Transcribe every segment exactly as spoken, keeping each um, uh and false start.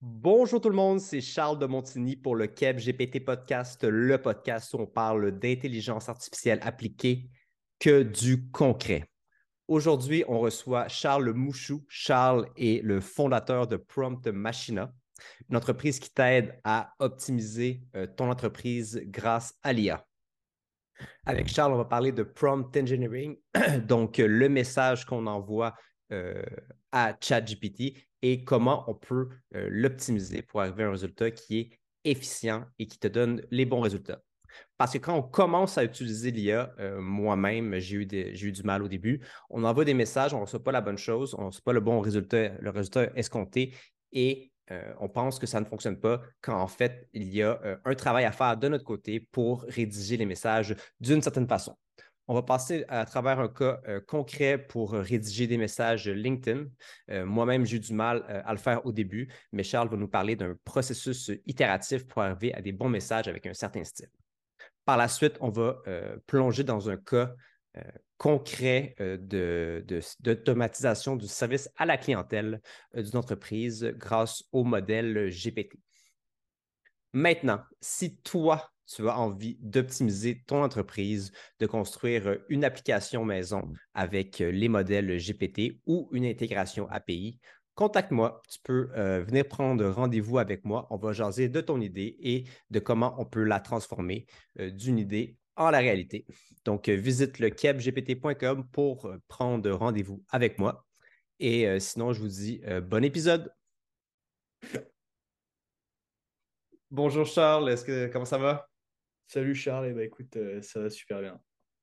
Bonjour tout le monde, c'est Charles de Montigny pour le Keb G P T Podcast, le podcast où on parle d'intelligence artificielle appliquée que du concret. Aujourd'hui, on reçoit Charles Mouchou. Charles est le fondateur de Prompt Machina, une entreprise qui t'aide à optimiser euh, ton entreprise grâce à l'I A. Avec Charles, on va parler de prompt engineering, donc euh, le message qu'on envoie euh, à ChatGPT et comment on peut euh, l'optimiser pour arriver à un résultat qui est efficient et qui te donne les bons résultats. Parce que quand on commence à utiliser l'I A, euh, moi-même, j'ai eu, des- j'ai eu du mal au début. On envoie des messages, on ne reçoit pas la bonne chose, on ne reçoit pas le bon résultat, le résultat escompté et euh, on pense que ça ne fonctionne pas quand en fait, il y a euh, un travail à faire de notre côté pour rédiger les messages d'une certaine façon. On va passer à travers un cas euh, concret pour rédiger des messages LinkedIn. Euh, moi-même, j'ai eu du mal euh, à le faire au début, mais Charles va nous parler d'un processus itératif pour arriver à des bons messages avec un certain style. Par la suite, on va euh, plonger dans un cas euh, concret euh, de, de, d'automatisation du service à la clientèle euh, d'une entreprise grâce au modèle G P T. Maintenant, si toi, tu as envie d'optimiser ton entreprise, de construire une application maison avec les modèles G P T ou une intégration A P I, contacte-moi. Tu peux euh, venir prendre rendez-vous avec moi. On va jaser de ton idée et de comment on peut la transformer euh, d'une idée en la réalité. Donc, euh, visite le keb g p t point com pour euh, prendre rendez-vous avec moi. Et euh, sinon, je vous dis euh, bon épisode. Bonjour Charles, est-ce que comment ça va? Salut Charles, eh ben, écoute, euh, ça va super bien.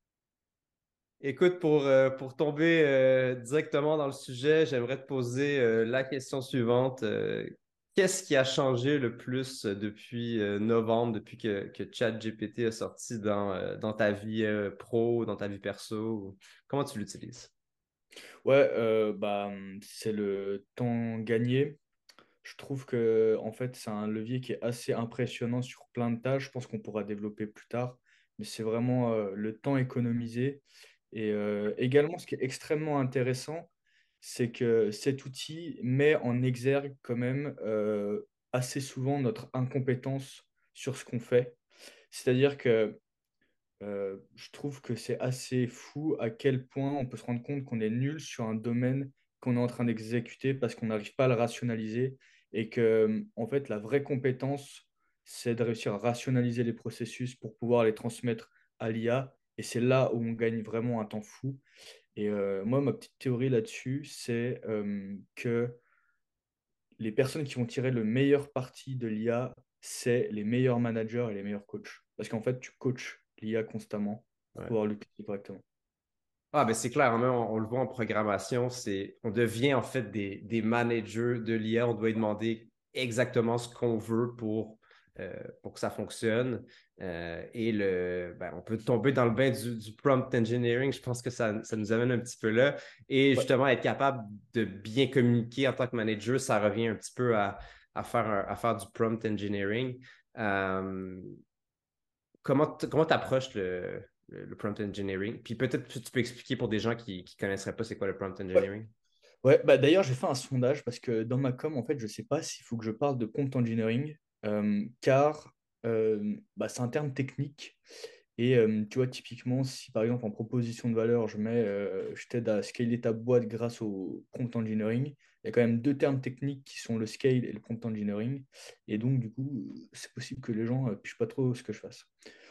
Écoute, pour, euh, pour tomber euh, directement dans le sujet, j'aimerais te poser euh, la question suivante. Euh, qu'est-ce qui a changé le plus euh, depuis euh, novembre, depuis que, que ChatGPT a sorti dans, euh, dans ta vie euh, pro, dans ta vie perso? Comment tu l'utilises? Ouais, euh, bah, hum, c'est le temps gagné. Je trouve que en fait, c'est un levier qui est assez impressionnant sur plein de tâches. Je pense qu'on pourra développer plus tard, mais c'est vraiment euh, le temps économisé. Et euh, également, ce qui est extrêmement intéressant, c'est que cet outil met en exergue quand même euh, assez souvent notre incompétence sur ce qu'on fait. C'est-à-dire que Euh, je trouve que c'est assez fou à quel point on peut se rendre compte qu'on est nul sur un domaine qu'on est en train d'exécuter parce qu'on n'arrive pas à le rationaliser et que, euh, en fait, la vraie compétence, c'est de réussir à rationaliser les processus pour pouvoir les transmettre à l'I A. Et c'est là où on gagne vraiment un temps fou. Et euh, moi, ma petite théorie là-dessus, c'est euh, que les personnes qui vont tirer le meilleur parti de l'I A, c'est les meilleurs managers et les meilleurs coachs. Parce qu'en fait, tu coaches l'I A constamment pour Ouais. pouvoir l'utiliser correctement. Ah, ben c'est clair, hein, on, on le voit en programmation, c'est, on devient en fait des, des managers de l'I A, on doit lui demander exactement ce qu'on veut pour, euh, pour que ça fonctionne. Euh, et le, ben, on peut tomber dans le bain du, du prompt engineering, je pense que ça, ça nous amène un petit peu là. Et Ouais. justement, être capable de bien communiquer en tant que manager, ça revient un petit peu à, à faire, un- à faire du prompt engineering. Euh, comment t- comment t'approches le, le, le prompt engineering? Puis peut-être que tu peux expliquer pour des gens qui ne connaisseraient pas c'est quoi le prompt Ouais. engineering. Ouais, bah d'ailleurs, j'ai fait un sondage parce que dans ma com, en fait, je ne sais pas s'il faut que je parle de prompt engineering, euh, car euh, bah, c'est un terme technique. Et euh, tu vois, typiquement, si par exemple en proposition de valeur, je mets euh, je t'aide à scaler ta boîte grâce au prompt engineering, il y a quand même deux termes techniques qui sont le scale et le prompt engineering. Et donc, du coup, euh, c'est possible que les gens ne pichent pas trop ce que je fasse.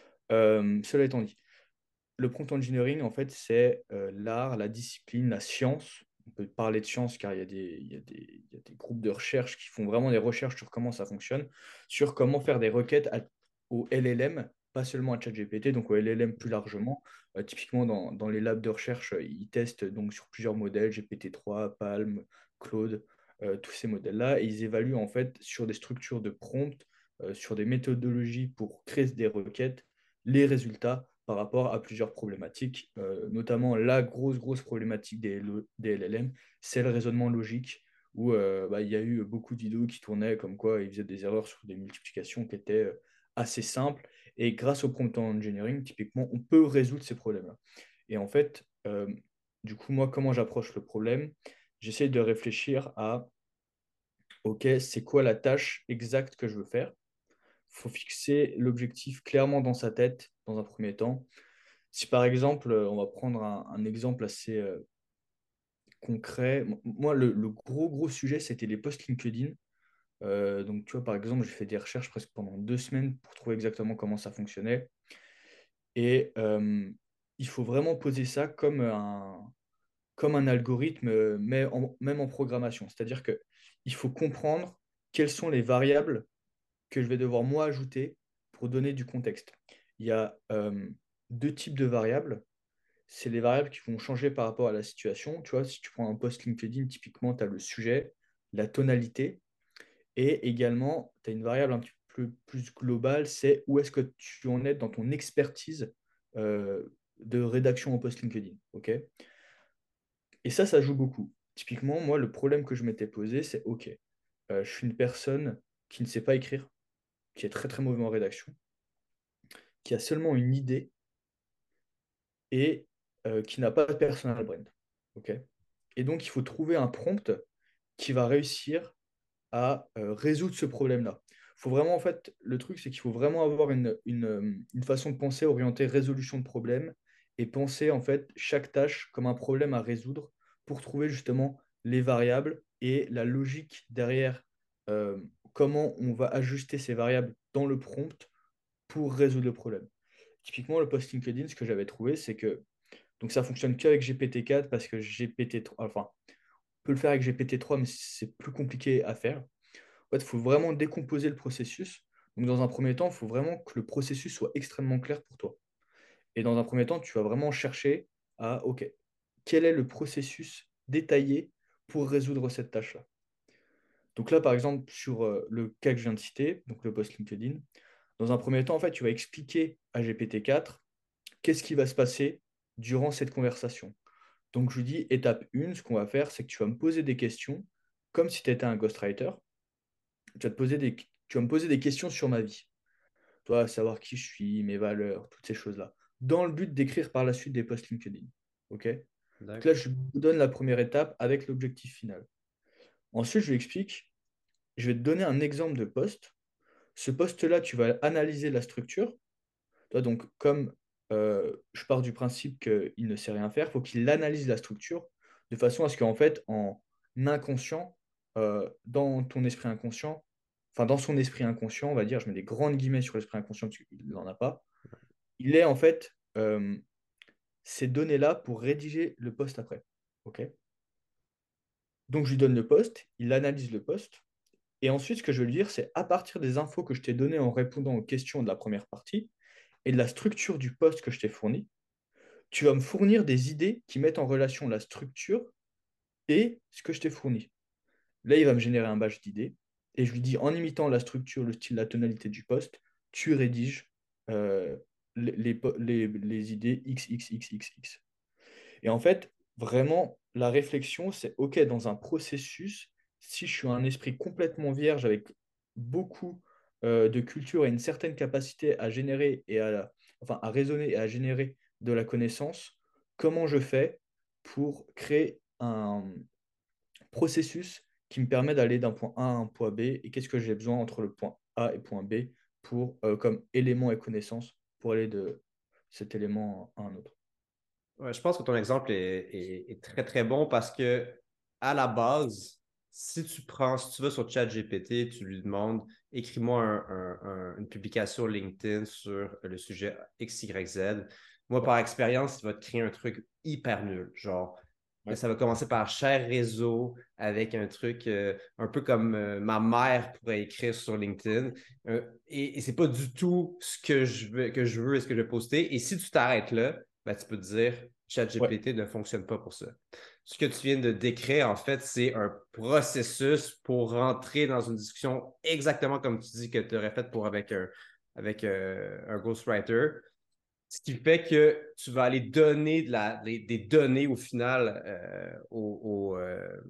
Euh, cela étant dit, le prompt engineering, en fait, c'est euh, l'art, la discipline, la science. On peut parler de science car il y a des, il y a des, il y a des groupes de recherche qui font vraiment des recherches sur comment ça fonctionne, sur comment faire des requêtes à- au L L M, pas seulement à ChatGPT, donc au L L M plus largement. Euh, typiquement, dans, dans les labs de recherche, euh, ils testent donc sur plusieurs modèles, G P T trois, Palm, Claude, euh, tous ces modèles-là, et ils évaluent en fait sur des structures de prompt, euh, sur des méthodologies pour créer des requêtes, les résultats par rapport à plusieurs problématiques, euh, notamment la grosse, grosse problématique des, L- des L L M, c'est le raisonnement logique, où euh, bah, il y a eu beaucoup de vidéos qui tournaient comme quoi ils faisaient des erreurs sur des multiplications qui étaient euh, assez simples. Et grâce au prompt engineering, typiquement, on peut résoudre ces problèmes-là. Et en fait, euh, du coup, moi, comment j'approche le problème? J'essaie de réfléchir à OK, c'est quoi la tâche exacte que je veux faire? Il faut fixer l'objectif clairement dans sa tête, dans un premier temps. Si par exemple, euh, on va prendre un, un exemple assez euh, concret. M- Moi, le, le gros, gros sujet, c'était les posts LinkedIn. Euh, donc, tu vois, par exemple, j'ai fait des recherches presque pendant deux semaines pour trouver exactement comment ça fonctionnait. Et euh, il faut vraiment poser ça comme un, comme un algorithme, euh, mais en- même en programmation. C'est-à-dire que il faut comprendre quelles sont les variables que je vais devoir moi ajouter pour donner du contexte. Il y a euh, deux types de variables. C'est les variables qui vont changer par rapport à la situation. Tu vois, si tu prends un post LinkedIn, typiquement, tu as le sujet, la tonalité, et également, tu as une variable un petit peu plus globale, c'est où est-ce que tu en es dans ton expertise euh, de rédaction en post LinkedIn. OK? Et ça, ça joue beaucoup. Typiquement, moi, le problème que je m'étais posé, c'est OK, euh, je suis une personne qui ne sait pas écrire, qui est très très mauvais en rédaction, qui a seulement une idée et euh, qui n'a pas de personal brand. OK? Et donc, il faut trouver un prompt qui va réussir à euh, résoudre ce problème-là. Faut vraiment, en fait, le truc, c'est qu'il faut vraiment avoir une, une, euh, une façon de penser orientée résolution de problème et penser, en fait, chaque tâche comme un problème à résoudre pour trouver justement les variables et la logique derrière euh, comment on va ajuster ces variables dans le prompt pour résoudre le problème. Typiquement, le post LinkedIn, ce que j'avais trouvé, c'est que donc ça fonctionne qu'avec G P T quatre parce que G P T trois, enfin, on peut le faire avec G P T trois, mais c'est plus compliqué à faire. En fait, il faut vraiment décomposer le processus. Donc, dans un premier temps, il faut vraiment que le processus soit extrêmement clair pour toi. Et dans un premier temps, tu vas vraiment chercher à, OK, quel est le processus détaillé pour résoudre cette tâche-là. Donc là, par exemple, sur euh, le cas que je viens de citer, donc le post LinkedIn, dans un premier temps, en fait, tu vas expliquer à G P T quatre qu'est-ce qui va se passer durant cette conversation. Donc, je lui dis, étape un, ce qu'on va faire, c'est que tu vas me poser des questions comme si tu étais un ghostwriter. Tu vas, te poser des, tu vas me poser des questions sur ma vie. Toi, savoir qui je suis, mes valeurs, toutes ces choses-là. Dans le but d'écrire par la suite des posts LinkedIn. OK? Donc là, D'accord. je vous donne la première étape avec l'objectif final. Ensuite, je lui explique, je vais te donner un exemple de post. Ce post-là, tu vas analyser la structure. Toi, donc, comme euh, je pars du principe qu'il ne sait rien faire, il faut qu'il analyse la structure de façon à ce qu'en fait, en inconscient, euh, dans ton esprit inconscient, enfin dans son esprit inconscient, on va dire, je mets des grandes guillemets sur l'esprit inconscient parce qu'il n'en a pas, il est en fait euh, ces données-là pour rédiger le post après. OK? Donc, je lui donne le post, il analyse le post, et ensuite, ce que je veux lui dire, c'est à partir des infos que je t'ai données en répondant aux questions de la première partie et de la structure du post que je t'ai fourni, tu vas me fournir des idées qui mettent en relation la structure et ce que je t'ai fourni. Là, il va me générer un batch d'idées et je lui dis, en imitant la structure, le style, la tonalité du poste, tu rédiges euh, les, les, les, les idées X, X, X, X, X. Et en fait, vraiment, la réflexion, c'est OK, dans un processus, si je suis un esprit complètement vierge avec beaucoup euh, de culture et une certaine capacité à générer et à, enfin, à raisonner et à générer de la connaissance, comment je fais pour créer un processus qui me permet d'aller d'un point A à un point B et qu'est-ce que j'ai besoin entre le point A et le point B pour, euh, comme élément et connaissance pour aller de cet élément à un autre. Ouais, je pense que ton exemple est, est- est très, très bon parce que, à la base, si tu prends, si tu vas sur ChatGPT, tu lui demandes, écris-moi un- un- un- une publication LinkedIn sur le sujet X, Y, Z. Moi, Ouais, par expérience, il va te créer un truc hyper nul. Genre, ouais, ça va commencer par cher réseau avec un truc euh, un peu comme euh, ma mère pourrait écrire sur LinkedIn. Euh, et et c'est pas du tout ce que je veux, que je veux et ce que je vais poster. Et si tu t'arrêtes là, ben, tu peux te dire ouais, ChatGPT ne fonctionne pas pour ça. Ce que tu viens de décrire, en fait, c'est un processus pour rentrer dans une discussion exactement comme tu dis que tu aurais fait pour avec un, avec, euh, un ghostwriter. Ce qui fait que tu vas aller donner de la, des, des données au final euh, au, au, euh,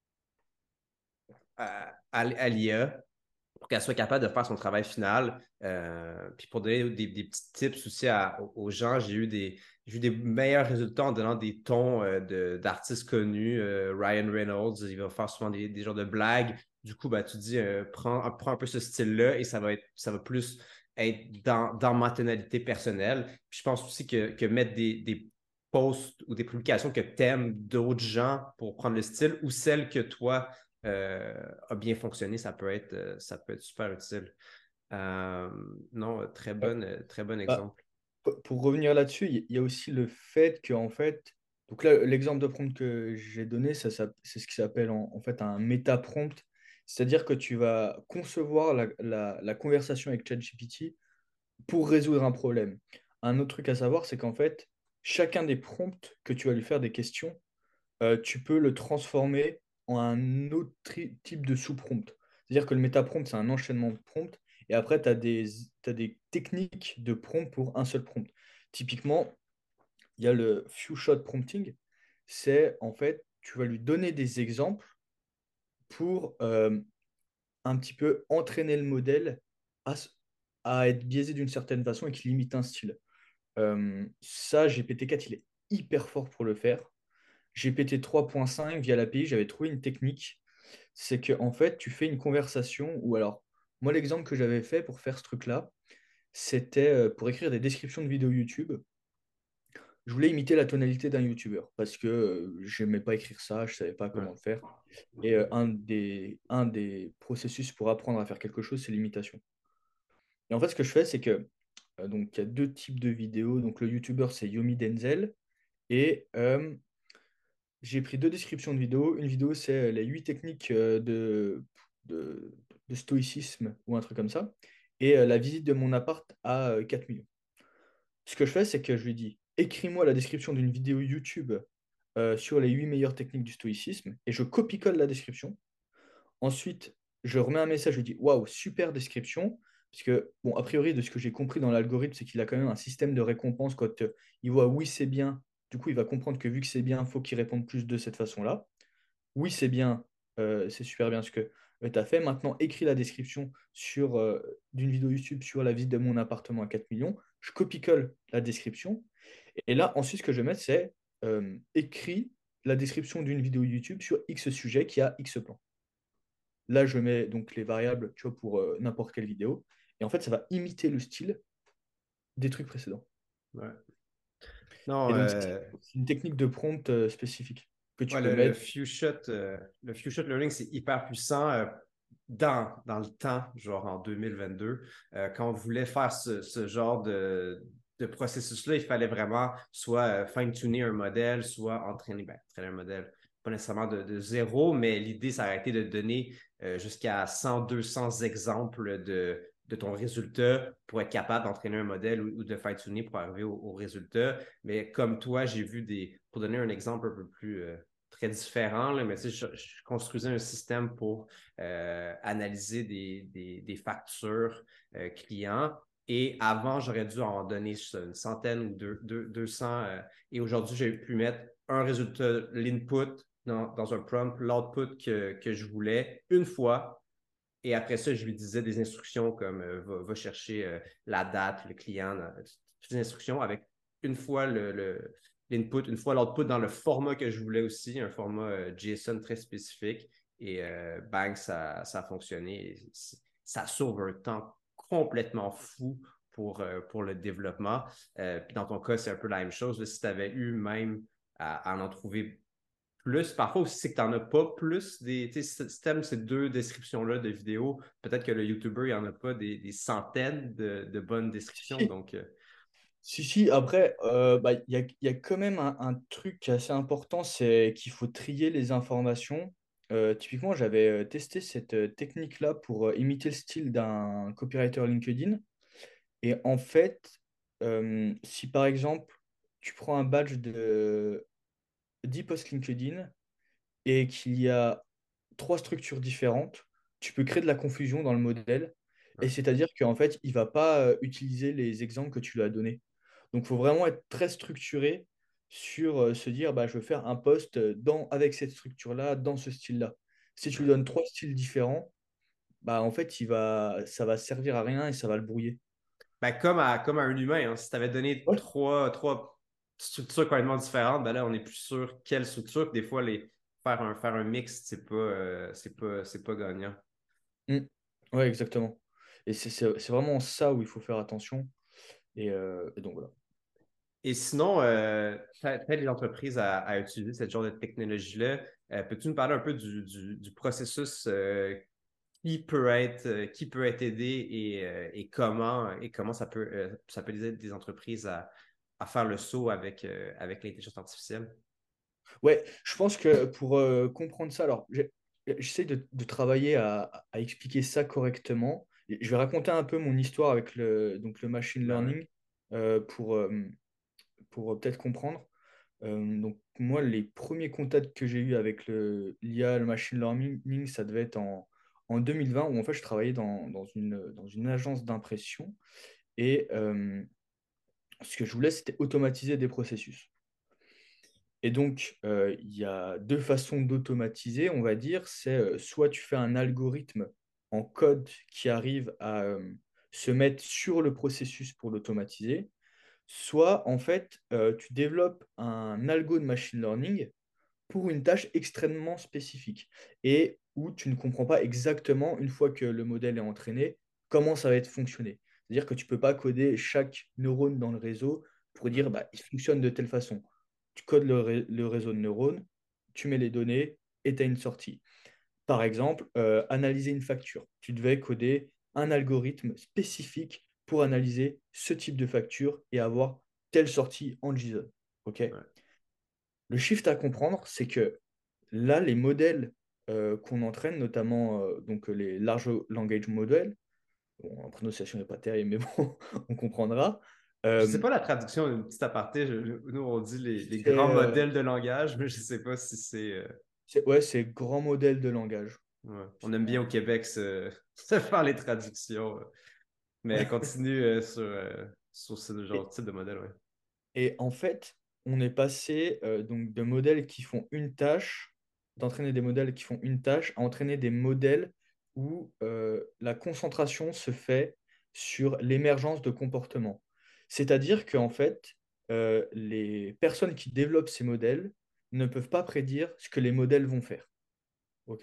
à, à l'I A pour qu'elle soit capable de faire son travail final. Euh, puis pour donner des, des petits tips aussi à- aux gens, j'ai eu des, j'ai eu des meilleurs résultats en donnant des tons euh, de, d'artistes connus. Euh, Ryan Reynolds, il va faire souvent des, des genres de blagues. Du coup, ben, tu dis, euh, prends, prends un peu ce style-là et ça va être, ça va plus être dans, dans ma tonalité personnelle. Puis je pense aussi que, que mettre des, des posts ou des publications que tu aimes d'autres gens pour prendre le style ou celle que toi euh, a bien fonctionné, ça peut être, euh, ça peut être super utile. Euh, non, très Ouais. bon, très bon Bah, exemple. pour pour revenir là-dessus, il y il y a aussi le fait que, en fait, donc là, l'exemple de prompt que j'ai donné, ça, ça- c'est ce qui s'appelle en, en fait un méta-prompt. C'est-à-dire que tu vas concevoir la, la- la conversation avec ChatGPT pour résoudre un problème. Un autre truc à savoir, c'est qu'en fait, chacun des prompts que tu vas lui faire des questions, euh, tu peux le transformer en un autre tri- type de sous-prompt. C'est-à-dire que le méta-prompt, c'est un enchaînement de prompts, et après, tu as des, t'as des techniques de prompt pour un seul prompt. Typiquement, il y a le few shot prompting. C'est en fait, tu vas lui donner des exemples pour euh, un petit peu entraîner le modèle à, s- à être biaisé d'une certaine façon et qu'il imite un style. Euh, ça, G P T quatre, il est hyper fort pour le faire. G P T trois point cinq, via l'A P I, j'avais trouvé une technique. C'est que en fait, tu fais une conversation, ou alors, moi, l'exemple que j'avais fait pour faire ce truc-là, c'était euh, pour écrire des descriptions de vidéos YouTube. Je voulais imiter la tonalité d'un YouTuber parce que euh, j'aimais pas écrire ça, je savais pas Ouais. comment le faire. Et euh, un des, un des processus pour apprendre à faire quelque chose, c'est l'imitation. Et en fait, ce que je fais, c'est que euh, donc il y a deux types de vidéos. Donc le YouTuber, c'est Yomi Denzel. Et euh, j'ai pris deux descriptions de vidéos. Une vidéo, c'est les huit techniques euh, de, de, de stoïcisme ou un truc comme ça. Et euh, la visite de mon appart à euh, quatre millions. Ce que je fais, c'est que je lui dis, écris-moi la description d'une vidéo YouTube euh, sur les huit meilleures techniques du stoïcisme. Et je copie-colle la description. Ensuite, je remets un message, je lui dis, waouh, super description. Parce que, bon, a priori, de ce que j'ai compris dans l'algorithme, c'est qu'il a quand même un système de récompense quand euh, il voit oui, c'est bien. Du coup, il va comprendre que vu que c'est bien, il faut qu'il réponde plus de cette façon-là. Oui, c'est bien, euh, c'est super bien ce que tu as fait. Maintenant, écris la description sur, euh, d'une vidéo YouTube sur la visite de mon appartement à quatre millions. Je copie-colle la description. Et là, ensuite, ce que je vais mettre, c'est euh, écris la description d'une vidéo YouTube sur X sujet qui a X plan. Là, je mets donc les variables, tu vois, pour euh, n'importe quelle vidéo. Et en fait, ça va imiter le style des trucs précédents. Ouais. Non, Et donc, ça, c'est euh, une technique de prompt euh, spécifique que tu ouais, peux le, le mettre. few shot, euh, le few shot learning, c'est hyper puissant euh, dans, dans le temps, genre en deux mille vingt-deux. Euh, quand on voulait faire ce, ce genre de, de processus-là, il fallait vraiment soit euh, fine-tuner un modèle, soit entraîner, ben, entraîner un modèle, pas nécessairement de, de zéro, mais l'idée, ça a été de donner euh, jusqu'à cent, deux cents exemples de, de ton résultat pour être capable d'entraîner un modèle ou, ou de fine-tuner pour arriver au, au résultat. Mais comme toi, j'ai vu des, pour donner un exemple un peu plus euh, très différent, là, mais tu sais, je, je construisais un système pour euh, analyser des, des, des factures euh, clients. Et avant, j'aurais dû en donner une centaine ou deux, deux, deux cents. Euh, et aujourd'hui, j'ai pu mettre un résultat, l'input dans, dans un prompt, l'output que, que je voulais une fois. Et après ça, je lui disais des instructions comme euh, va, va, chercher euh, la date, le client, toutes les instructions avec une fois le, le, l'input, une fois l'output dans le format que je voulais aussi, un format euh, JSON très spécifique. Et euh, bang, ça, ça a fonctionné. Et ça sauve un temps complètement fou pour, euh, pour le développement. Euh, puis dans ton cas, c'est un peu la même chose. Là, si tu avais eu même à, à en trouver plus. Parfois aussi, c'est que tu n'en as pas plus des. Tu sais, si tu aimes ces deux descriptions-là de vidéos, peut-être que le YouTuber, il n'y en a pas des, des centaines de, de bonnes descriptions. Si, Donc, euh, si, si, après, euh, bah, il y a, il y a quand même un, un truc qui est assez important, c'est qu'il faut trier les informations. Euh, typiquement, j'avais euh, testé cette euh, technique-là pour euh, imiter le style d'un copywriter LinkedIn. Et en fait, euh, si par exemple, tu prends un badge de dix posts LinkedIn et qu'il y a trois structures différentes, tu peux créer de la confusion dans le modèle. Et ouais. c'est-à-dire qu'en fait, il ne va pas euh, utiliser les exemples que tu lui as donnés. Donc, il faut vraiment être très structuré sur euh, se dire, bah, je veux faire un post dans, avec cette structure-là, dans ce style-là. Si tu lui Ouais. donnes trois styles différents, bah, en fait, il va, ça va servir à rien et ça va le brouiller. Ben, comme, à, comme à un humain, hein, si tu avais donné Ouais, trois, trois structures complètement différentes, ben là, on n'est plus sûr quelle structure. Des fois, les, faire un, faire un mix, c'est pas, euh, c'est pas, c'est pas gagnant. Mm. Ouais, exactement. Et c'est c'est- c'est vraiment ça où il faut faire attention. Et, euh, et donc voilà. Et sinon, euh, t'aides les entreprises à, à utiliser ce genre de technologie-là. Euh, peux-tu nous parler un peu du, du, du processus euh, qui peut être, euh, qui peut être aidé et, euh, et comment, et comment ça peut, euh, ça peut aider des entreprises à, à faire le saut avec, euh, avec l'intelligence artificielle? Ouais, je pense que pour euh, comprendre ça, alors j'ai- j'essaie de, de travailler à, à expliquer ça correctement. Et je vais raconter un peu mon histoire avec le, donc le machine Ben ouais. learning euh, pour, euh, pour euh, peut-être comprendre. Euh, donc moi, les premiers contacts que j'ai eus avec le, l'I A, le machine learning, ça devait être en, en deux mille vingt, où en fait je travaillais dans, dans une, dans une agence d'impression. Et euh, ce que je voulais, c'était automatiser des processus. Et donc, euh, il y a deux façons d'automatiser, on va dire. C'est euh, soit tu fais un algorithme en code qui arrive à euh, se mettre sur le processus pour l'automatiser, soit en fait, euh, tu développes un algo de machine learning pour une tâche extrêmement spécifique et où tu ne comprends pas exactement, une fois que le modèle est entraîné, comment ça va être fonctionné. C'est-à-dire que tu ne peux pas coder chaque neurone dans le réseau pour dire bah, il fonctionne de telle façon. Tu codes le, ré- le réseau de neurones, tu mets les données et tu as une sortie. Par exemple, euh, analyser une facture. Tu devais coder un algorithme spécifique pour analyser ce type de facture et avoir telle sortie en JSON. OK? Ouais. Le shift à comprendre, c'est que là, les modèles euh, qu'on entraîne, notamment euh, donc les large language models, bon, la prononciation n'est pas terrible, mais bon, on comprendra. Je sais Euh, pas la traduction, une petite aparté. je- je- nous, on dit les, les c'est grands euh, modèles de langage, mais je sais pas si c'est. euh, c'est- ouais, c'est grand modèle de langage. ouais. On aime bien au Québec se, se faire les traductions. euh. Mais continue euh, sur, euh, sur ce genre Et, de type de modèle, ouais. et en fait, on est passé euh, donc de modèles qui font une tâche, d'entraîner des modèles qui font une tâche, à entraîner des modèles où euh, la concentration se fait sur l'émergence de comportements. C'est-à-dire qu'en fait, euh, les personnes qui développent ces modèles ne peuvent pas prédire ce que les modèles vont faire. OK?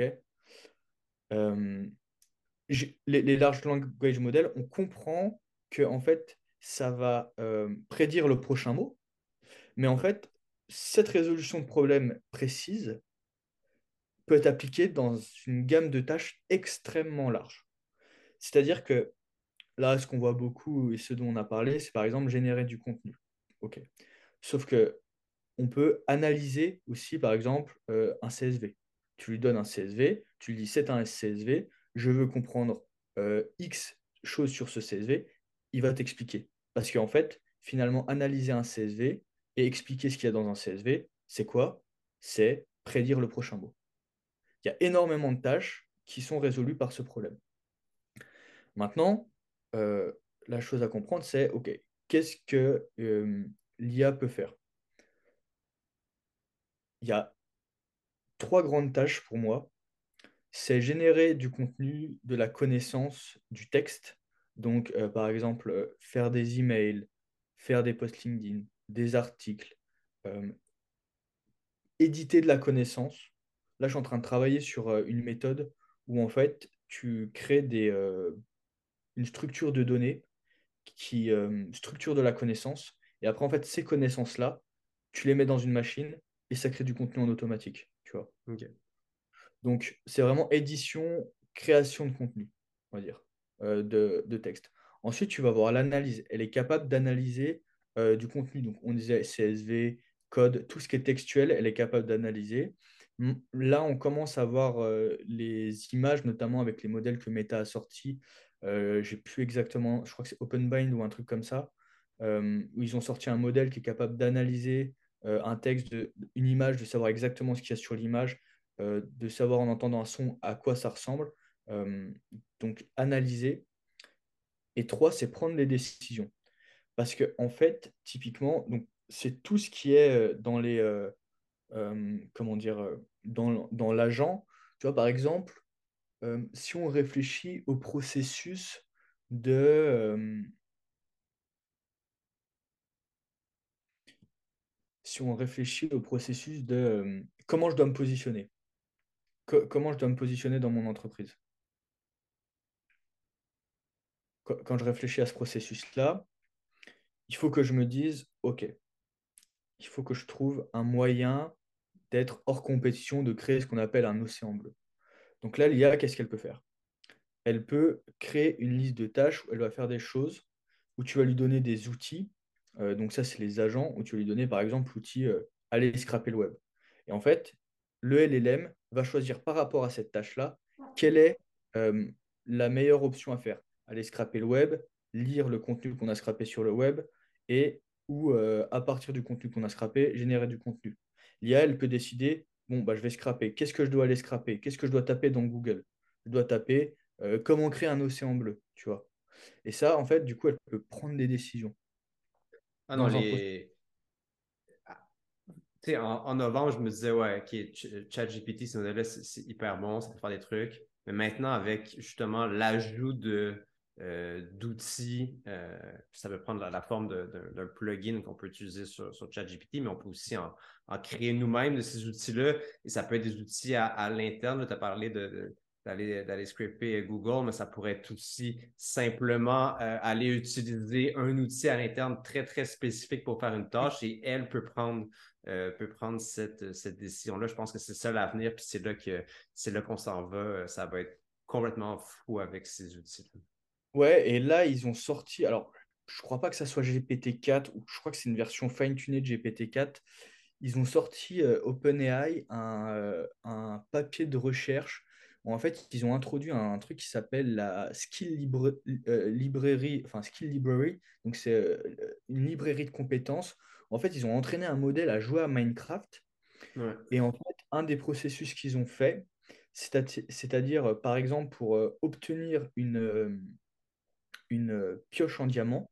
Euh, j'ai- les, les large language models, on comprend que en fait, ça va euh, prédire le prochain mot. Mais en Ouais. fait, cette résolution de problème précise peut être appliquée dans une gamme de tâches extrêmement large. C'est-à-dire que là, ce qu'on voit beaucoup et ce dont on a parlé, c'est par exemple générer du contenu. OK. Sauf que on peut analyser aussi, par exemple, euh, un C S V. Tu lui donnes un C S V, tu lui dis c'est un C S V, je veux comprendre euh, X choses sur ce C S V, il va t'expliquer. Parce qu'en fait, finalement, analyser un C S V et expliquer ce qu'il y a dans un C S V, c'est quoi? C'est prédire le prochain mot. Il y a énormément de tâches qui sont résolues par ce problème. Maintenant, euh, la chose à comprendre, c'est, OK, qu'est-ce que euh, l'I A peut faire? Il y a trois grandes tâches pour moi. C'est générer du contenu, de la connaissance, du texte. Donc, euh, par exemple, euh, faire des emails, faire des posts LinkedIn, des articles, euh, éditer de la connaissance. Là, je suis en train de travailler sur euh, une méthode où, en fait, tu crées des, euh, une structure de données qui euh, structure de la connaissance. Et après, en fait, ces connaissances-là, tu les mets dans une machine et ça crée du contenu en automatique. Tu vois. OK. Donc, c'est vraiment édition, création de contenu, on va dire, euh, de, de texte. Ensuite, tu vas voir l'analyse. Elle est capable d'analyser euh, du contenu. Donc, on disait C S V, code, tout ce qui est textuel, elle est capable d'analyser. Hum, Là, on commence à voir euh, les images, notamment avec les modèles que Meta a sortis. Euh, j'ai plus exactement, je crois que c'est OpenBind ou un truc comme ça, euh, où ils ont sorti un modèle qui est capable d'analyser euh, un texte, de, une image, de savoir exactement ce qu'il y a sur l'image, euh, de savoir en entendant un son à quoi ça ressemble. Euh, donc, analyser. Et trois, c'est prendre les décisions. Parce que, en fait, typiquement, donc, c'est tout ce qui est euh, dans les, euh, euh, comment dire, euh, dans, dans l'agent. Tu vois, par exemple, euh, si on réfléchit au processus de, euh, si on réfléchit au processus de euh, comment je dois me positionner, Co- comment je dois me positionner dans mon entreprise. Qu- Quand je réfléchis à ce processus-là, il faut que je me dise, OK, il faut que je trouve un moyen d'être hors compétition, de créer ce qu'on appelle un océan bleu. Donc là, l'I A, qu'est-ce qu'elle peut faire? Elle peut créer une liste de tâches où elle va faire des choses, où tu vas lui donner des outils. Euh, donc ça, c'est les agents, où tu vas lui donner, par exemple, l'outil euh, aller scraper le web. Et en fait, le L L M va choisir par rapport à cette tâche-là, quelle est euh, la meilleure option à faire. Aller scraper le web, lire le contenu qu'on a scrapé sur le web, et ou euh, à partir du contenu qu'on a scrapé, générer du contenu. L'I A, elle peut décider, bon, bah, je vais scraper. Qu'est-ce que je dois aller scraper? Qu'est-ce que je dois taper dans Google? Je dois taper euh, comment créer un océan bleu, tu vois. Et ça, en fait, du coup, elle peut prendre des décisions Ah non, dans un processus. les. Tu sais, en, en novembre, je me disais, ouais, OK, Ch- ChatGPT, ce modèle-là, c'est c'est hyper bon, ça peut faire des trucs. Mais maintenant, avec justement l'ajout de, euh, d'outils, euh, ça peut prendre la, la forme de- d'un d'un plugin qu'on peut utiliser sur, sur ChatGPT, mais on peut aussi en, en créer nous-mêmes de ces outils-là. Et ça peut être des outils à, à l'interne. Tu as parlé de, de- d'aller, d'aller scraper Google, mais ça pourrait être aussi simplement euh, aller utiliser un outil à l'interne très, très spécifique pour faire une tâche et elle peut prendre euh, peut prendre cette, cette décision-là. Je pense que c'est ça l'avenir, puis c'est là que c'est là qu'on s'en va. Ça va être complètement fou avec ces outils-là. Ouais, et là, ils ont sorti, alors, je crois pas que ça soit G P T quatre, ou je crois que c'est une version fine-tunée de G P T quatre. Ils ont sorti euh, OpenAI un, euh, un papier de recherche où en fait, ils ont introduit un, truc qui s'appelle la Skill Libre- euh, Library, enfin Skill Library. Donc, c'est euh, une librairie de compétences. En fait, ils ont entraîné un modèle à jouer à Minecraft. Ouais, Et en fait, un des processus qu'ils ont fait, c'est-à- c'est-à-dire, euh, par exemple, pour euh, obtenir une, euh, une euh, pioche en diamant,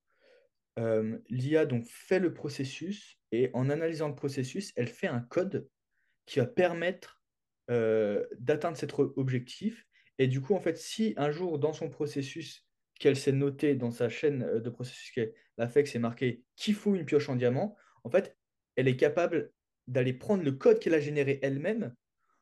euh, l'I A donc fait le processus et en analysant le processus, elle fait un code qui va permettre euh, d'atteindre cet re- objectif. Et du coup, en fait, si un jour dans son processus qu'elle s'est noté dans sa chaîne euh, de processus qu'elle a fait, que c'est marqué qu'il faut une pioche en diamant, en fait, elle est capable d'aller prendre le code qu'elle a généré elle-même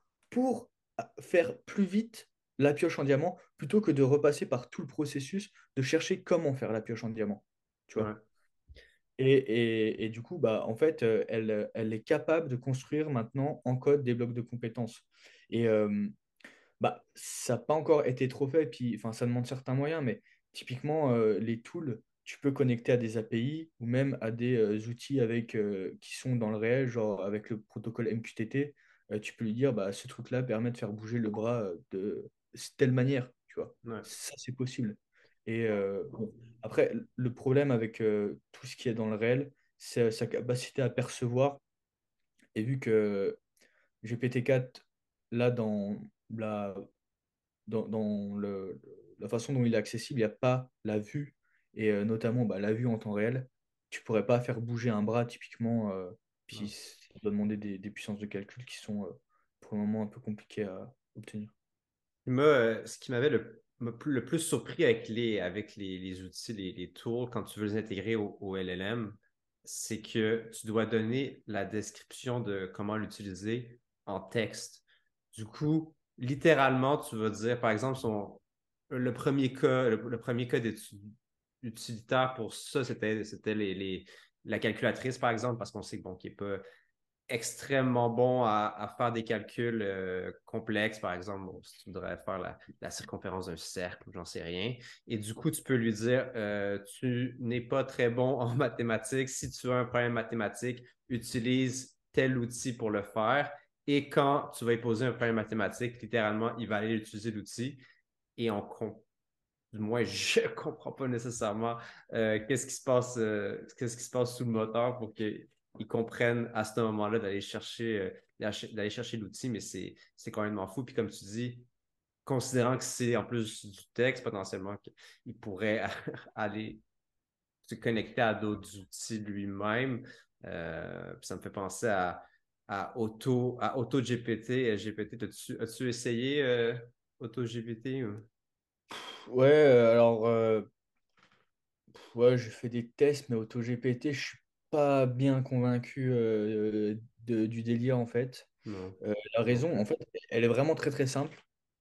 pour faire plus vite la pioche en diamant plutôt que de repasser par tout le processus de chercher comment faire la pioche en diamant. Tu vois? ouais. Et, et- et du coup, bah, en fait, euh, elle, elle est capable de construire maintenant en code des blocs de compétences. Et euh, bah, ça n'a pas encore été trop fait, puis enfin, ça demande certains moyens, mais typiquement, euh, les tools, tu peux connecter à des A P I ou même à des euh, outils avec, euh, qui sont dans le réel, genre avec le protocole M Q T T, euh, tu peux lui dire, bah, ce truc-là permet de faire bouger le bras euh, de telle manière, tu vois. Ouais. Ça, c'est possible. Et euh, bon, après, le problème avec euh, tout ce qui est dans le réel, c'est sa capacité à percevoir. Et vu que G P T quatre, là, dans la dans, dans le- la façon dont il est accessible, il n'y a pas la vue, et euh, notamment bah, la vue en temps réel. Tu pourrais pas faire bouger un bras typiquement, euh, puis Non. ça doit demander des, des puissances de calcul qui sont euh, pour le moment un peu compliquées à obtenir. Moi, euh, ce qui m'avait le, me plus- le plus surpris avec les, avec les, les outils, les, les tools, quand tu veux les intégrer au, au L L M, c'est que tu dois donner la description de comment l'utiliser en texte. Du coup, littéralement, tu vas dire, par exemple, son, le premier cas, le, le premier cas d'étu- utilitaire pour ça, c'était, c'était les, les- la calculatrice, par exemple, parce qu'on sait que bon, qu'il n'est pas extrêmement bon à, à faire des calculs euh, complexes, par exemple, bon, si tu voudrais faire la, la circonférence d'un cercle ou j'en sais rien. Et du coup, tu peux lui dire, euh, tu n'es pas très bon en mathématiques. Si tu as un problème mathématique, utilise tel outil pour le faire. Et quand tu vas lui poser un problème mathématique, littéralement, il va aller utiliser l'outil et on compte. Du moins, je ne comprends pas nécessairement euh, qu'est-ce qui se passe, euh, qu'est-ce qui se passe sous le moteur pour qu'ils comprennent à ce moment-là d'aller chercher, euh, d'aller chercher l'outil, mais c'est, c'est complètement fou. Puis comme tu dis, considérant que c'est en plus du texte, potentiellement, qu'il pourrait aller se connecter à d'autres outils lui-même. Euh, puis ça me fait penser à, à Auto, à AutoGPT. G P T, as-tu, as-tu essayé euh, AutoGPT? Ou... Ouais, euh, alors, euh, pff, ouais, j'ai fait des tests, mais AutoGPT, je suis pas bien convaincu euh, de- du délire en fait. Non, Euh, la non raison, en plus. fait, elle est vraiment très très simple.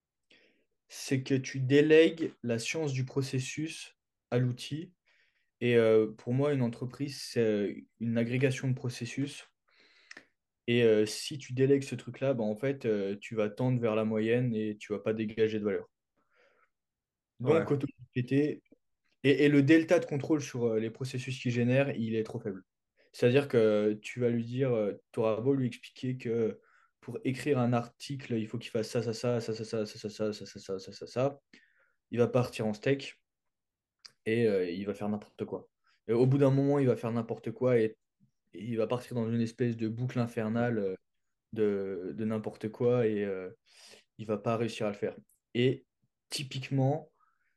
C'est que tu délègues la science du processus à l'outil. Et euh, pour moi, une entreprise, c'est euh, une agrégation de processus. Et euh, si tu délègues ce truc-là, bah, en fait, euh, tu vas tendre vers la moyenne et tu vas pas dégager de valeur. Ouais, Donc, AutoGPT, et, et le delta de contrôle sur euh, les processus qu'il génère, il est trop faible. C'est-à-dire que tu vas lui dire, tu auras beau lui expliquer que pour écrire un article, il faut qu'il fasse ça, ça, ça, ça, ça, ça, ça, ça, ça, ça, ça, ça, ça, ça, ça. Il va partir en steak et euh, il va faire n'importe quoi. Et au bout d'un moment, il va faire n'importe quoi et, et il va partir dans une espèce de boucle infernale euh, de, de n'importe quoi et euh, il va pas réussir à le faire. Et typiquement,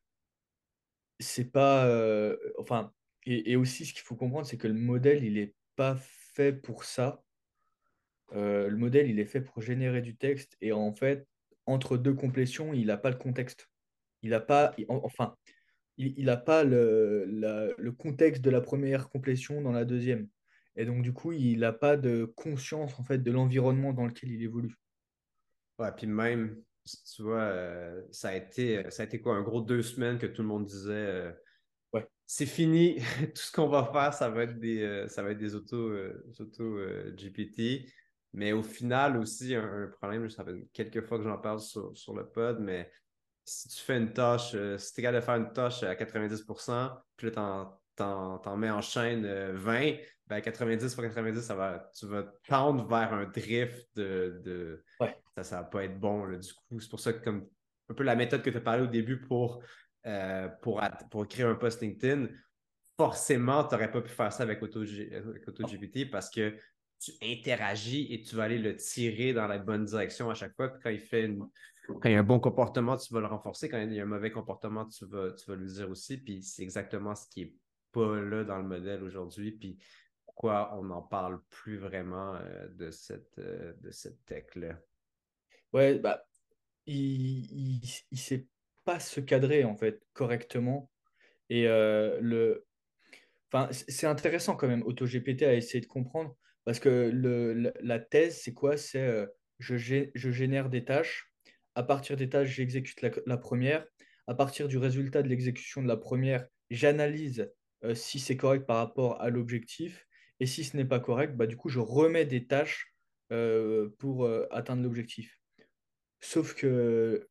c'est pas. Euh, enfin, et, et aussi, ce qu'il faut comprendre, c'est que le modèle, il est pas fait pour ça. Euh, le modèle, il est fait pour générer du texte et en fait, entre deux complétions, il n'a pas le contexte. Il n'a pas, il- en- enfin, il n'a pas le, la- le contexte de la première complétion dans la deuxième. Et donc, du coup, il n'a pas de conscience en fait de l'environnement dans lequel il évolue. ouais, puis même, tu vois, euh, ça a été, ça a été quoi, un gros deux semaines que tout le monde disait euh, Ouais, c'est fini, tout ce qu'on va faire, ça va être des, euh, ça va être des autos, euh, des autos euh, G P T. Mais au final aussi, un, un problème, ça fait quelques fois que j'en parle sur, sur le pod, mais si tu fais une tâche, euh, si tu es capable de faire une tâche à quatre-vingt-dix pour cent, puis là, t'en, t'en, t'en mets en chaîne euh, vingt, ben quatre-vingt-dix fois quatre-vingt-dix, ça va, tu vas tendre vers un drift de, de ouais, ça, ça va pas être bon, là, du coup. C'est pour ça que comme un peu la méthode que tu as parlé au début pour, euh, pour, pour créer un post LinkedIn, forcément, tu n'aurais pas pu faire ça avec AutoG- avec non, AutoGPT parce que tu interagis et tu vas aller le tirer dans la bonne direction à chaque fois. Puis quand il fait une- quand il y a un bon comportement, tu vas le renforcer. Quand il y a un mauvais comportement, tu vas, tu vas lui dire aussi. Puis c'est exactement ce qui est pas là dans le modèle aujourd'hui. Puis pourquoi on n'en parle plus vraiment euh, de cette, euh, de cette tech-là. ouais, bah, il, il, il sait pas se cadrer en fait correctement. Et euh, le, enfin, c- c'est intéressant quand même, AutoGPT a essayé de comprendre, parce que le, la, la thèse, c'est quoi? C'est euh, je, gé- je génère des tâches, à partir des tâches, j'exécute la, la première, à partir du résultat de l'exécution de la première, j'analyse euh, si c'est correct par rapport à l'objectif, et si ce n'est pas correct, bah, du coup, je remets des tâches euh, pour euh, atteindre l'objectif. Sauf que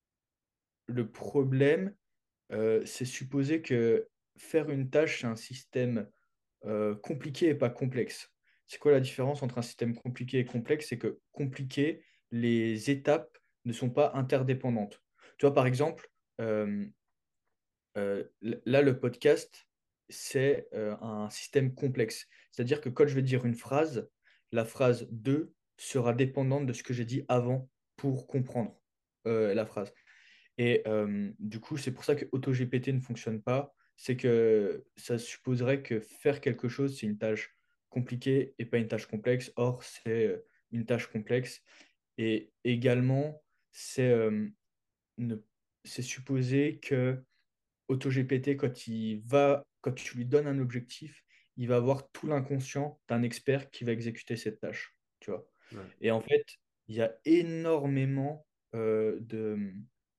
le problème, euh, c'est supposer que faire une tâche, c'est un système euh, compliqué et pas complexe. C'est quoi la différence entre un système compliqué et complexe? C'est que compliqué, les étapes ne sont pas interdépendantes. Tu vois, par exemple, euh, euh, là, le podcast, c'est euh, un système complexe. C'est-à-dire que quand je vais dire une phrase, la phrase deux sera dépendante de ce que j'ai dit avant pour comprendre euh, la phrase. Et euh, du coup, c'est pour ça que AutoGPT ne fonctionne pas. C'est que ça supposerait que faire quelque chose, c'est une tâche compliquée et pas une tâche complexe. Or, c'est euh, une tâche complexe. Et également, c'est euh, ne- c'est supposé que AutoGPT, quand il va, quand tu lui donnes un objectif, il va avoir tout l'inconscient d'un expert qui va exécuter cette tâche. Tu vois. Ouais. Et en fait, il y a énormément euh, de,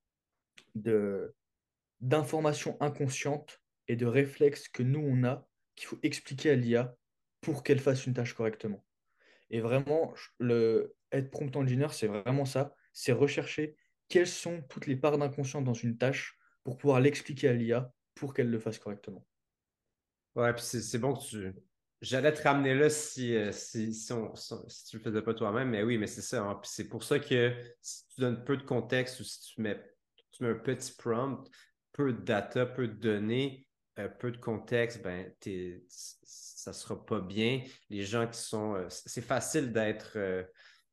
de, d'informations inconscientes et de réflexes que nous, on a, qu'il faut expliquer à l'I A pour qu'elle fasse une tâche correctement. Et vraiment, le, être prompt engineer, c'est vraiment ça, c'est rechercher quelles sont toutes les parts d'inconscient dans une tâche pour pouvoir l'expliquer à l'I A pour qu'elle le fasse correctement. Ouais, puis c'est c'est bon que tu. J'allais te ramener là si, euh, si, si, on- si- si tu le faisais pas toi-même, mais oui, mais c'est ça, hein. Puis c'est pour ça que si tu donnes peu de contexte ou si tu mets, tu mets un petit prompt, peu de data, peu de données, euh, peu de contexte, ben t'es, ça sera pas bien. Les gens qui sont. Euh, c'est facile d'être. Euh,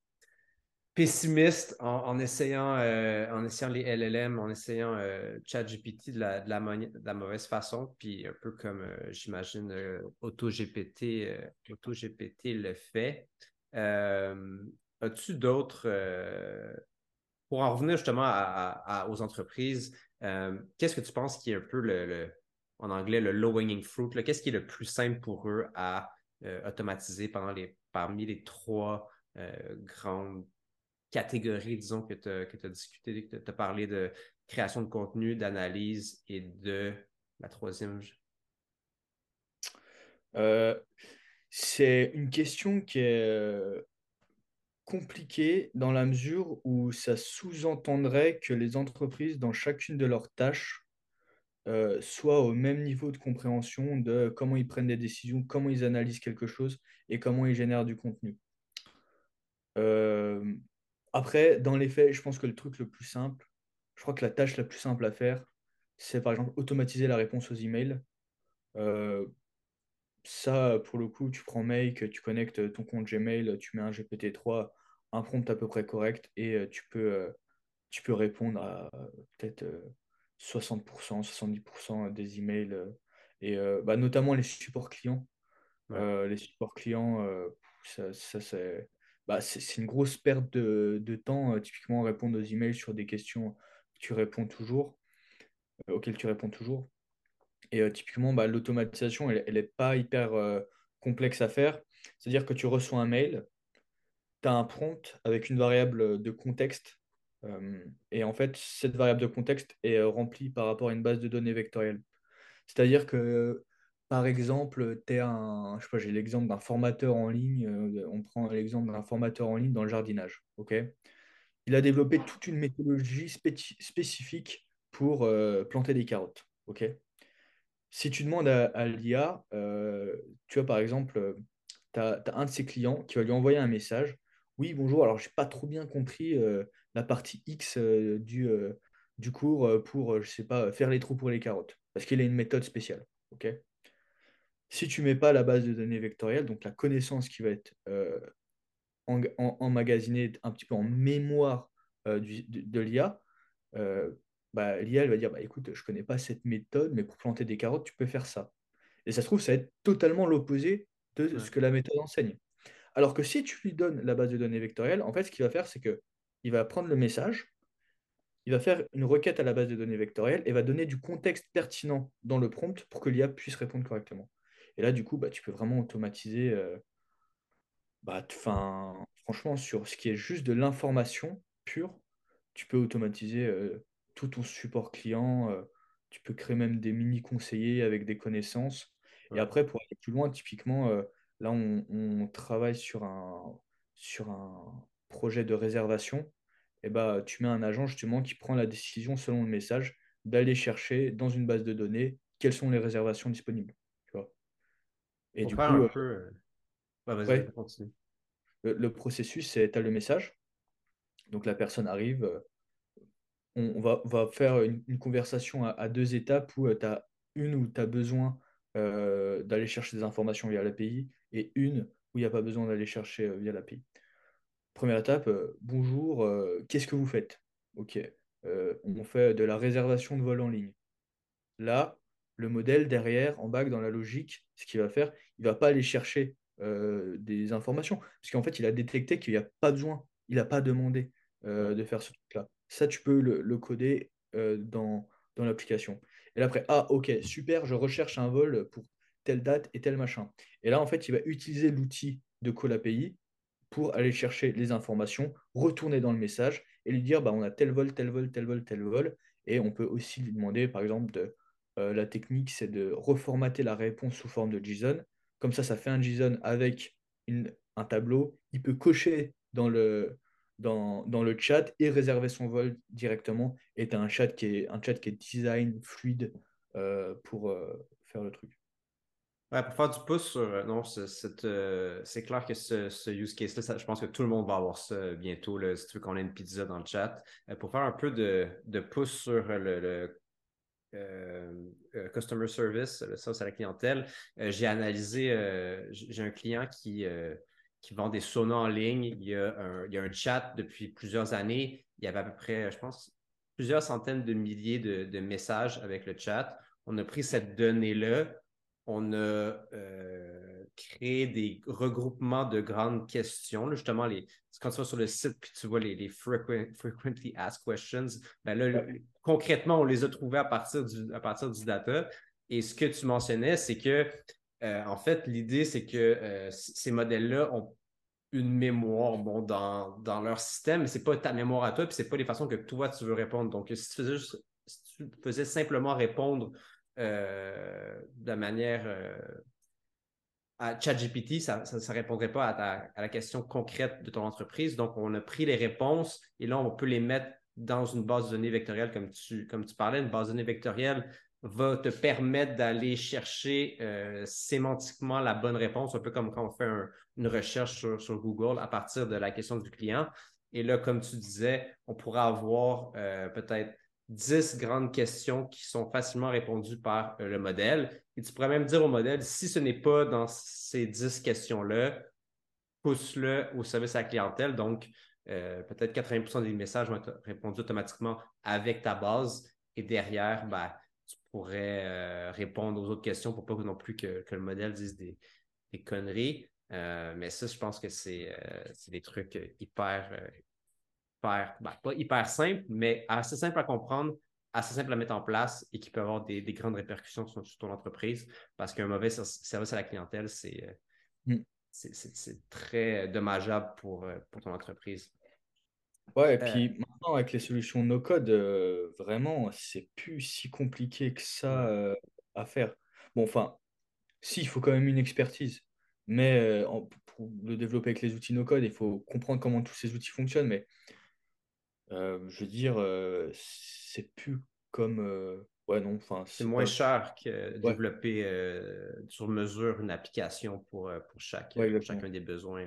pessimiste en, en essayant, euh, en essayant les L L M, en essayant euh, ChatGPT de la, de, la moni- de la mauvaise façon, puis un peu comme euh, j'imagine euh, AutoGPT, euh, AutoGPT le fait. Euh, As-tu d'autres, euh, pour en revenir justement à, à- à- aux entreprises, euh, qu'est-ce que tu penses qui est un peu le, le- en anglais, le low-hanging fruit, là? Qu'est-ce qui est le plus simple pour eux à euh, automatisé pendant les, parmi les trois euh, grandes catégories, disons, que tu as discuté, que tu as parlé de création de contenu, d'analyse et de la troisième. Euh, c'est une question qui est euh, compliquée dans la mesure où ça sous-entendrait que les entreprises, dans chacune de leurs tâches, euh, soient au même niveau de compréhension de comment ils prennent des décisions, comment ils analysent quelque chose et comment ils génèrent du contenu. Euh, Après, dans les faits, je pense que le truc le plus simple, je crois que la tâche la plus simple à faire, c'est par exemple automatiser la réponse aux emails. Euh, Ça, pour le coup, tu prends Make, tu connectes ton compte Gmail, tu mets un G P T trois, un prompt à peu près correct, et euh, tu peux, euh, tu peux répondre à euh, peut-être euh, soixante pour cent, soixante-dix pour cent des emails, euh, et euh, bah, notamment les supports clients. Ouais, Euh, les supports clients, euh, ça, ça, c'est bah, c'est c'est une grosse perte de, de temps, euh, typiquement répondre aux emails sur des questions que tu réponds toujours, euh, auxquelles tu réponds toujours. Et euh, typiquement, bah, l'automatisation, elle n'est pas hyper euh, complexe à faire. C'est-à-dire que tu reçois un mail, tu as un prompt avec une variable de contexte. euh, et en fait, cette variable de contexte est euh, remplie par rapport à une base de données vectorielle. C'est-à-dire que, par exemple, tu un, je sais pas, j'ai l'exemple d'un formateur en ligne. Euh, on prend l'exemple d'un formateur en ligne dans le jardinage. Ok. Il a développé toute une méthodologie spéci- spécifique pour euh, planter des carottes. Ok. Si tu demandes à, à l'I A, euh, tu vois, par exemple, tu as, un de ses clients qui va lui envoyer un message. Oui, bonjour, alors j'ai pas trop bien compris euh, la partie X euh, du, euh, du cours euh, pour, euh, je sais pas, faire les trous pour les carottes, parce qu'il a une méthode spéciale. Ok. Si tu mets pas la base de données vectorielle, donc la connaissance qui va être euh, en- en- emmagasinée un petit peu en mémoire euh, du- de, de l'I A, euh, bah, l'I A elle va dire, bah, écoute, je connais pas cette méthode, mais pour planter des carottes, tu peux faire ça. Et ça se trouve, ça va être totalement l'opposé de ouais. ce que la méthode enseigne. Alors que si tu lui donnes la base de données vectorielle, en fait, ce qu'il va faire, c'est que il va prendre le message, il va faire une requête à la base de données vectorielle et va donner du contexte pertinent dans le prompt pour que l'I A puisse répondre correctement. Et là, du coup, bah, tu peux vraiment automatiser, euh, bah, t- 'fin, franchement, sur ce qui est juste de l'information pure, tu peux automatiser euh, tout ton support client. Euh, tu peux créer même des mini-conseillers avec des connaissances. Et Ouais. après, pour aller plus loin, typiquement, euh, là, on, on travaille sur un, sur un projet de réservation. Et bah, tu mets un agent justement qui prend la décision selon le message d'aller chercher dans une base de données quelles sont les réservations disponibles. Tu vois. Et Pour du faire un coup, euh, peu. euh, ouais, vas-y, vas-y, ouais, continue. le, le processus, c'est tu as le message. Donc la personne arrive, euh, on, on va, on va faire une, une conversation à, à deux étapes où tu as une où tu as besoin euh, d'aller chercher des informations via l'A P I et une où il n'y a pas besoin d'aller chercher euh, via l'A P I. Première étape, euh, bonjour, euh, qu'est-ce que vous faites? Ok, euh, on fait de la réservation de vol en ligne. Là, le modèle derrière, en back, dans la logique, ce qu'il va faire, il ne va pas aller chercher euh, des informations. Parce qu'en fait, il a détecté qu'il n'y a pas besoin, il n'a pas demandé Ouais. euh, de faire ce truc-là. Ça, tu peux le, le coder euh, dans, dans l'application. Et là, après, ah, ok, super, je recherche un vol pour telle date et tel machin. Et là, en fait, il va utiliser l'outil de Call A P I pour aller chercher les informations, retourner dans le message et lui dire, bah, on a tel vol, tel vol, tel vol, tel vol. Et on peut aussi lui demander, par exemple, de euh, la technique, c'est de reformater la réponse sous forme de JSON. Comme ça, ça fait un JSON avec une- un tableau. Il peut cocher dans le, dans, dans le chat et réserver son vol directement. Et tu as un chat qui est, un chat qui est design, fluide euh, pour euh, faire le truc. Ouais, pour faire du pouce sur. euh, non, c'est c'est, euh, c'est clair que ce, ce use case-là, ça- je pense que tout le monde va avoir ça bientôt, là, si tu veux qu'on ait une pizza dans le chat. Euh, pour faire un peu de, de pouce sur le, le, euh, euh, customer service, le service à la clientèle, euh, j'ai analysé, euh, j- j'ai un client qui, euh, qui vend des saunas en ligne. Il y a un, il y a un chat depuis plusieurs années. Il y avait à peu près, je pense, plusieurs centaines de milliers de, de messages avec le chat. On a pris cette donnée-là. On a euh, créé des regroupements de grandes questions. Là, justement, les, quand tu vas sur le site puis tu vois les, les frequent, frequently asked questions, ben là, Ouais. le- concrètement, on les a trouvés à partir du, à partir du data. Et ce que tu mentionnais, c'est que Euh, en fait, l'idée, c'est que euh, c- ces modèles-là ont une mémoire bon, dans, dans leur système, mais ce n'est pas ta mémoire à toi, puis ce n'est pas les façons que toi, tu veux répondre. Donc, si tu faisais, juste- si tu faisais simplement répondre euh, de manière euh, à ChatGPT, ça ne répondrait pas à, ta, à la question concrète de ton entreprise. Donc, on a pris les réponses et là, on peut les mettre dans une base de données vectorielle, comme tu, comme tu parlais. Une base de données vectorielle va te permettre d'aller chercher euh, sémantiquement la bonne réponse, un peu comme quand on fait un, une recherche sur, sur, Google à partir de la question du client. Et là, comme tu disais, on pourra avoir euh, peut-être dix grandes questions qui sont facilement répondues par euh, le modèle. Et tu pourrais même dire au modèle, si ce n'est pas dans ces dix questions-là, pousse-le au service à la clientèle. Donc, euh, peut-être quatre-vingts pour cent des messages vont être répondus automatiquement avec ta base. Et derrière, ben, tu pourrais euh, répondre aux autres questions pour pas non plus que, que le modèle dise des, des conneries. Euh, mais ça, je pense que c'est euh, des trucs hyper, euh, hyper ben, pas hyper simples, mais assez simples à comprendre, assez simples à mettre en place et qui peuvent avoir des, des grandes répercussions sur, sur, ton entreprise parce qu'un mauvais service à la clientèle, c'est euh, Mm. c'est très dommageable pour, euh, pour ton entreprise. Ouais, et Euh, puis maintenant, avec les solutions no-code, euh, vraiment, c'est plus si compliqué que ça ouais. euh, à faire. Bon, enfin, si, il faut quand même une expertise. Mais euh, en- pour le développer avec les outils no-code, il faut comprendre comment tous ces outils fonctionnent. Mais euh, je veux dire, euh, c'est plus comme. euh, Ouais, non, enfin, C'est c'est moins pas. cher que Ouais, développer euh, sur mesure une application pour, euh, pour, chaque, ouais, pour exactement. chacun des besoins.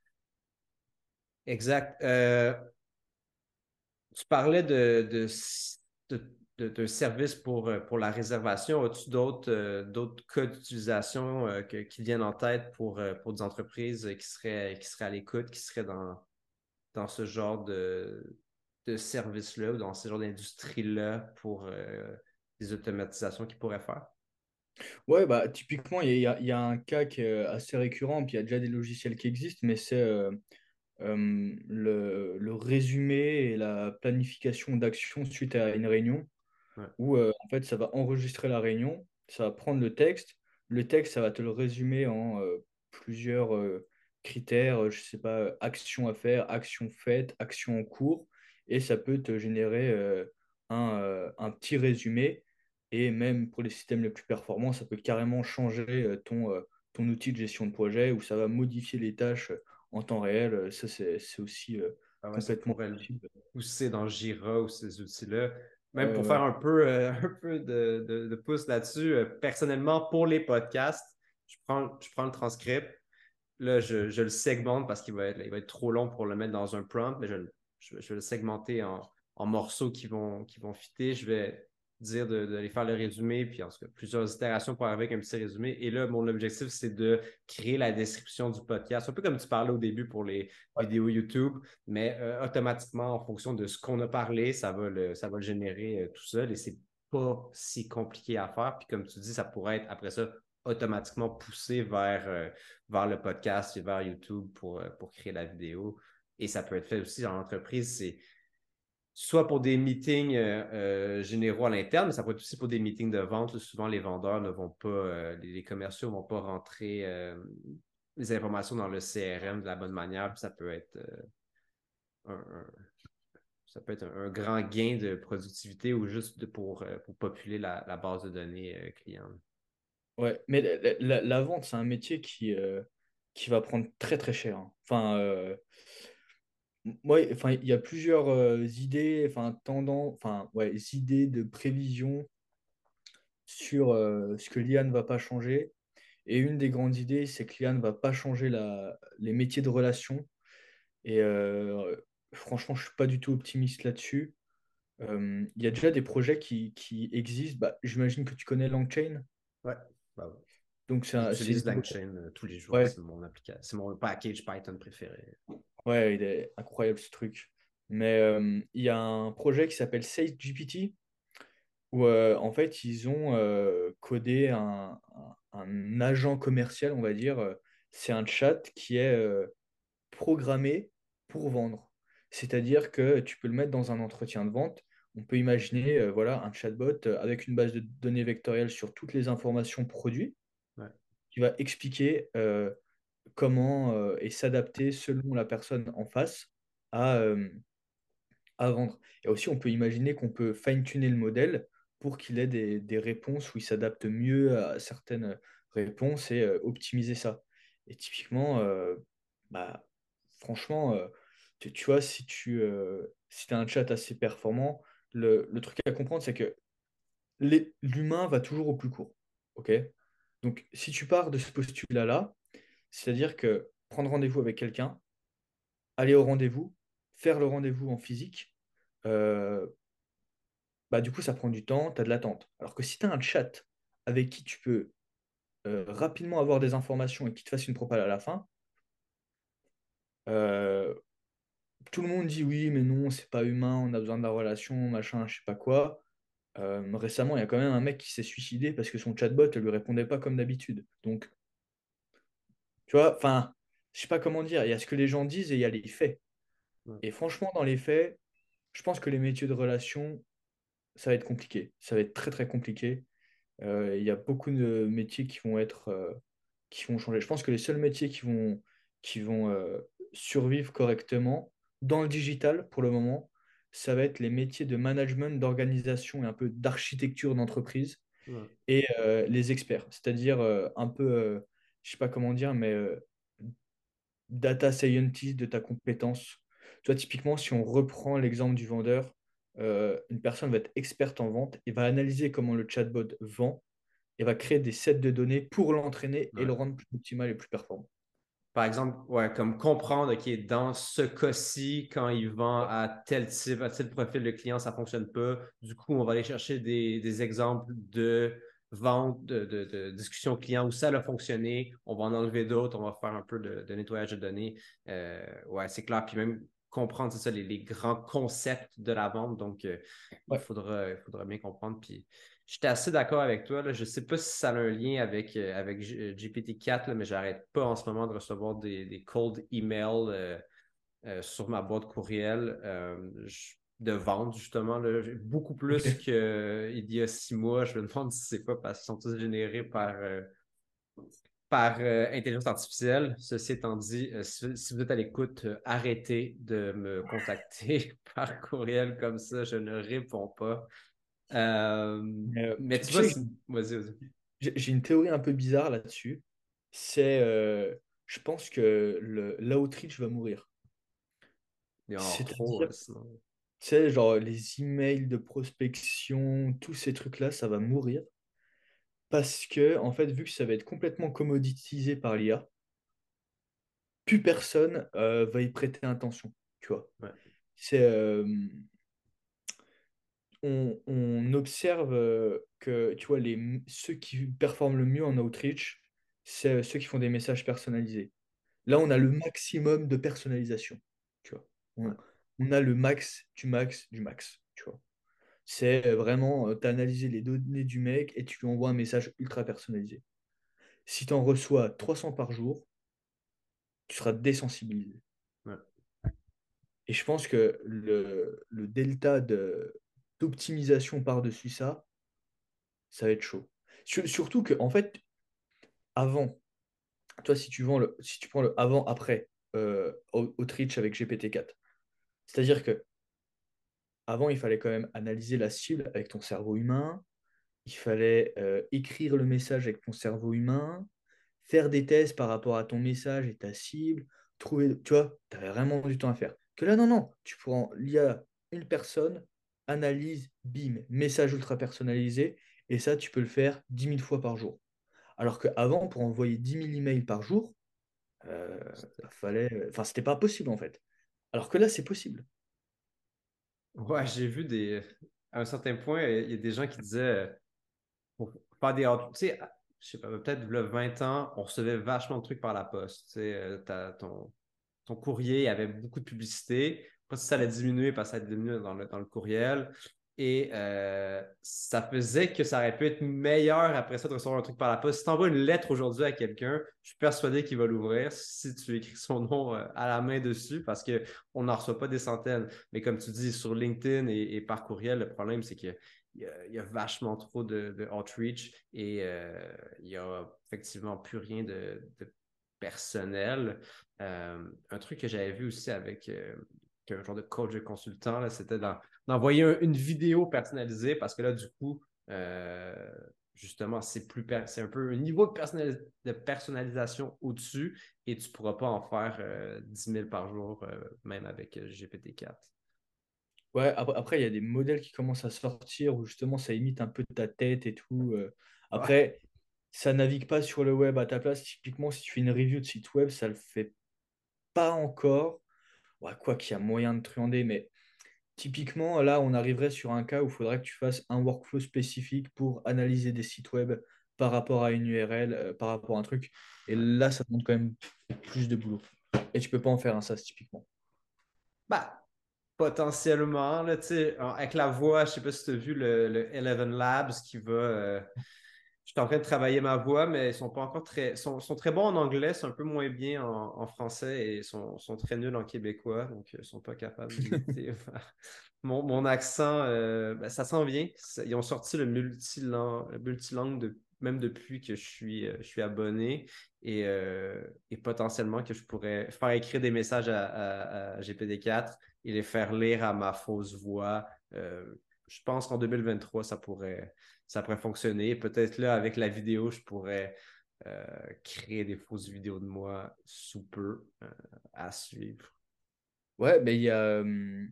Exact. Euh, tu parlais de, de, de, de, de services pour, euh, pour la réservation. As-tu d'autres euh, d'autres cas d'utilisation euh, que- qui viennent en tête pour, euh, pour des entreprises qui seraient, qui seraient à l'écoute, qui seraient dans, dans ce genre de, de service-là ou dans ce genre d'industrie-là pour euh, des automatisations qu'ils pourraient faire? Ouais, bah, typiquement, il y a, il y a- il y a un cas qui est assez récurrent, puis il y a déjà des logiciels qui existent, mais c'est euh, euh, le, le résumé et la planification d'action suite à une réunion, Ouais. où euh, en fait, ça va enregistrer la réunion, ça va prendre le texte, le texte, ça va te le résumer en euh, plusieurs euh, critères, euh, je sais pas, euh, action à faire, action faite, action en cours, et ça peut te générer euh, un, euh, un petit résumé. Et même pour les systèmes les plus performants, ça peut carrément changer euh, ton, euh, ton outil de gestion de projet, où ça va modifier les tâches euh, en temps réel. Euh, Ça, c'est c'est aussi euh, Ah ouais, ça complètement pourrait le possible. pousser dans Jira ou ces outils-là. Même Ouais, pour faire ouais. un peu, euh, un peu de, de, de pouce là-dessus, euh, personnellement, pour les podcasts, je prends, je prends le transcript. Là, je, je le segmente parce qu'il va être, il va être trop long pour le mettre dans un prompt, mais je, je, je vais le segmenter en, en morceaux qui vont, qui vont fitter. Je vais dire de, de, faire le résumé, puis en tout cas, plusieurs itérations pour arriver avec un petit résumé. Et là, mon objectif, c'est de créer la description du podcast, un peu comme tu parlais au début pour les Ouais. vidéos YouTube, mais euh, automatiquement, en fonction de ce qu'on a parlé, ça va le, ça va le générer euh, tout seul et c'est pas si compliqué à faire. Puis comme tu dis, ça pourrait être après ça automatiquement poussé vers, euh, vers le podcast et vers YouTube pour, euh, pour créer la vidéo. Et ça peut être fait aussi dans l'entreprise. C'est soit pour des meetings euh, euh, généraux à l'interne, mais ça peut être aussi pour des meetings de vente. Souvent, les vendeurs ne vont pas, euh, les, les commerciaux ne vont pas rentrer euh, les informations dans le C R M de la bonne manière. Puis ça peut être euh, un, un- ça peut être un, un grand gain de productivité ou juste de- pour, euh, pour populer la, la base de données euh, client. Ouais, mais la, la- la vente, c'est un métier qui, euh, qui va prendre très très cher, hein. Enfin, euh, moi, enfin, il y a plusieurs euh, idées, enfin, tendance, enfin, ouais, idées de prévision sur euh, ce que l'I A ne va pas changer. Et une des grandes idées, c'est que l'I A ne va pas changer la, les métiers de relation. Et euh, franchement, je suis pas du tout optimiste là-dessus. Euh, Il y a déjà des projets qui, qui existent. Bah, j'imagine que tu connais LangChain. Ouais, bah ouais. Donc, c'est un- c'est une J'utilise LangChain euh, tous les jours. ouais, C'est mon application, c'est mon package Python préféré. ouais, il est incroyable ce truc. Mais euh, il y a un projet qui s'appelle SageGPT où euh, en fait ils ont euh, codé un, un- un agent commercial, on va dire. Euh, C'est un chat qui est euh, programmé pour vendre. C'est-à-dire que tu peux le mettre dans un entretien de vente. On peut imaginer euh, voilà, un chatbot euh, avec une base de données vectorielle sur toutes les informations produits. Ouais. qui va expliquer euh, comment euh, et s'adapter selon la personne en face à, euh, à vendre. Et aussi, on peut imaginer qu'on peut fine-tuner le modèle pour qu'il ait des, des réponses où il s'adapte mieux à certaines réponses et euh, optimiser ça. Et typiquement, euh, bah, franchement, euh, tu, tu vois, si tu euh, si as un chat assez performant, le, le truc à comprendre, c'est que les- l'humain va toujours au plus court. OK? Donc, si tu pars de ce postulat-là, c'est-à-dire que prendre rendez-vous avec quelqu'un, aller au rendez-vous, faire le rendez-vous en physique, euh, bah, du coup, ça prend du temps, tu as de l'attente. Alors que si tu as un chat avec qui tu peux euh, rapidement avoir des informations et qui te fasse une propale à la fin, euh, tout le monde dit oui, mais non, c'est pas humain, on a besoin de la relation, machin, je sais pas quoi. Euh, récemment, il y a quand même un mec qui s'est suicidé parce que son chatbot ne lui répondait pas comme d'habitude. Donc, tu vois, enfin, je sais pas comment dire, il y a ce que les gens disent et il y a les faits. Ouais. Et franchement, dans les faits, je pense que les métiers de relation, ça va être compliqué. Ça va être très, très compliqué. Euh, il y a beaucoup de métiers qui vont être, euh, qui vont changer. Je pense que les seuls métiers qui vont, qui vont euh, survivre correctement dans le digital pour le moment, ça va être les métiers de management, d'organisation et un peu d'architecture d'entreprise Ouais. et euh, les experts, c'est-à-dire euh, un peu, euh, je sais pas comment dire, mais euh, data scientist de ta compétence. Tu vois, typiquement, si on reprend l'exemple du vendeur, euh, une personne va être experte en vente et va analyser comment le chatbot vend et va créer des sets de données pour l'entraîner et Ouais. le rendre plus optimal et plus performant. Par exemple, ouais, comme comprendre, OK, dans ce cas-ci, quand il vend Ouais. à tel type, à tel profil de client, ça ne fonctionne pas. Du coup, on va aller chercher des, des exemples de vente, de, de, de discussion client où ça a fonctionné. On va en enlever d'autres, on va faire un peu de, de nettoyage de données. Euh, ouais, c'est clair. Puis même comprendre, c'est ça, les, les grands concepts de la vente. Donc, euh, il Ouais. faudra, il faudra bien comprendre. Puis, j'étais assez d'accord avec toi. Là. Je ne sais pas si ça a un lien avec, euh, avec G P T quatre, là, mais j'arrête pas en ce moment de recevoir des, des cold emails euh, euh, sur ma boîte courriel euh, je- de vente, justement. Là. Beaucoup plus Ok. qu'il y a six mois. Je me demande si c'est pas parce qu'ils sont tous générés par, euh, par euh, intelligence artificielle. Ceci étant dit, euh, si, si vous êtes à l'écoute, euh, arrêtez de me contacter par courriel comme ça. Je ne réponds pas. Euh, Euh, mais tu, tu tu vois, sais, c'est- vas-y, vas-y. j'ai j'ai une théorie un peu bizarre là-dessus. C'est, euh, je pense que le, l'outreach va mourir. Il y a en trop, C'est-à-dire, euh, sinon. tu sais, genre les emails de prospection, tous ces trucs-là, ça va mourir. Parce que, en fait, vu que ça va être complètement commoditisé par l'I A, plus personne euh, va y prêter attention, tu vois. Ouais, C'est, euh, on, on observe euh, que, tu vois, les, ceux qui performent le mieux en outreach, c'est euh, ceux qui font des messages personnalisés. Là, ouais, on a le maximum de personnalisation, tu vois. ouais. On, on a le max du max du max, tu vois. C'est euh, vraiment, tu as analysé les données du mec et tu lui envoies un message ultra personnalisé. Si tu en reçois trois cents par jour, tu seras désensibilisé. Ouais. Et je pense que le, le delta de, d'optimisation par-dessus ça, ça va être chaud. Sur- surtout que, en fait, avant, toi, si tu, vends le, si tu prends le avant-après euh, Out- Outreach avec G P T quatre, c'est-à-dire que avant, il fallait quand même analyser la cible avec ton cerveau humain, il fallait euh, écrire le message avec ton cerveau humain, faire des tests par rapport à ton message et ta cible, trouver, tu vois, tu avais vraiment du temps à faire. Que là, non, non, tu prends l'I A, une personne, analyse, bim, message ultra personnalisé, et ça, tu peux le faire dix mille fois par jour. Alors qu'avant, pour envoyer dix mille emails par jour, euh, bah, fallait, enfin, c'était pas possible en fait. Alors que là, c'est possible. Ouais, j'ai vu des. À un certain point, il y a des gens qui disaient euh, pour faire des. Tu sais, je sais pas, peut-être le vingt ans, on recevait vachement de trucs par la poste. Tu sais, euh, t'as ton, ton courrier, il y avait beaucoup de publicité. Après, ça allait diminuer parce que ça allait diminuer dans le, dans le courriel. Et euh, ça faisait que ça aurait pu être meilleur après ça de recevoir un truc par la poste. Si tu envoies une lettre aujourd'hui à quelqu'un, je suis persuadé qu'il va l'ouvrir si tu écris son nom euh, à la main dessus parce qu'on n'en reçoit pas des centaines. Mais comme tu dis, sur LinkedIn et, et par courriel, le problème, c'est que il y a, il y a vachement trop de, de outreach et euh, il n'y a effectivement plus rien de, de personnel. Euh, un truc que j'avais vu aussi avec euh, un genre de coach de consultant, là, c'était d'en- d'envoyer un- une vidéo personnalisée parce que là, du coup, euh, justement, c'est plus per- c'est un peu un niveau de, personnali- de personnalisation au-dessus et tu ne pourras pas en faire euh, dix mille par jour, euh, même avec euh, G P T quatre. Ouais, après, après, il y a des modèles qui commencent à sortir où justement ça imite un peu ta tête et tout. euh. Ouais. Après, ça navigue pas sur le web à ta place. Typiquement, si tu fais une review de site web, ça le fait pas encore. Ouais, quoi qu'il y a moyen de truander, mais typiquement, là, on arriverait sur un cas où il faudrait que tu fasses un workflow spécifique pour analyser des sites web par rapport à une U R L, euh, par rapport à un truc. Et Ouais. là, ça demande quand même plus de boulot. Et tu peux pas en faire un SaaS typiquement. Bah, potentiellement, là, tu sais, en- avec la voix, je sais pas si tu as vu le, le Eleven Labs qui va. euh, je suis en train de travailler ma voix, mais ils sont pas encore très. sont, sont très bons en anglais, c'est un peu moins bien en, en français et sont, sont très nuls en québécois, donc ils sont pas capables d'imiter. Mon, mon accent, euh, ben, ça s'en vient. Ça- Ils ont sorti le multilangue, le multilangue de, même depuis que je suis, euh, je suis abonné et, euh, et potentiellement que je pourrais faire écrire des messages à, à- à G P D quatre et les faire lire à ma fausse voix. Euh, je pense qu'en deux mille vingt-trois, ça pourrait, ça pourrait fonctionner. Peut-être là, avec la vidéo, je pourrais euh, créer des fausses vidéos de moi sous peu euh, à suivre. Ouais, mais il y a. euh,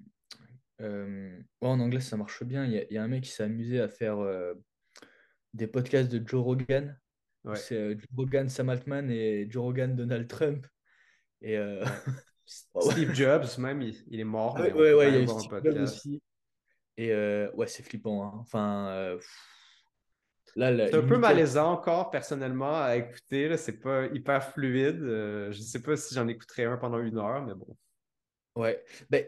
euh, ouais, en anglais, ça marche bien. Il y a, il y a un mec qui s'est amusé à faire euh, des podcasts de Joe Rogan, où Ouais, c'est euh, Joe Rogan, Sam Altman et Joe Rogan, Donald Trump. Et euh, ouais. S- ouais, Steve Jobs, même, il, il est mort, Ah mais ouais, on ouais, peut quand ouais, il y a même eu voir un Steve Jobs podcast. aussi. Et euh, ouais, c'est flippant, hein. Enfin, euh, pff, là, la- C'est un peu l'imitation. malaisant encore, personnellement, à écouter. Là. C'est pas hyper fluide. Euh, je sais pas si j'en écouterai un pendant une heure, mais bon. Ouais. Ben,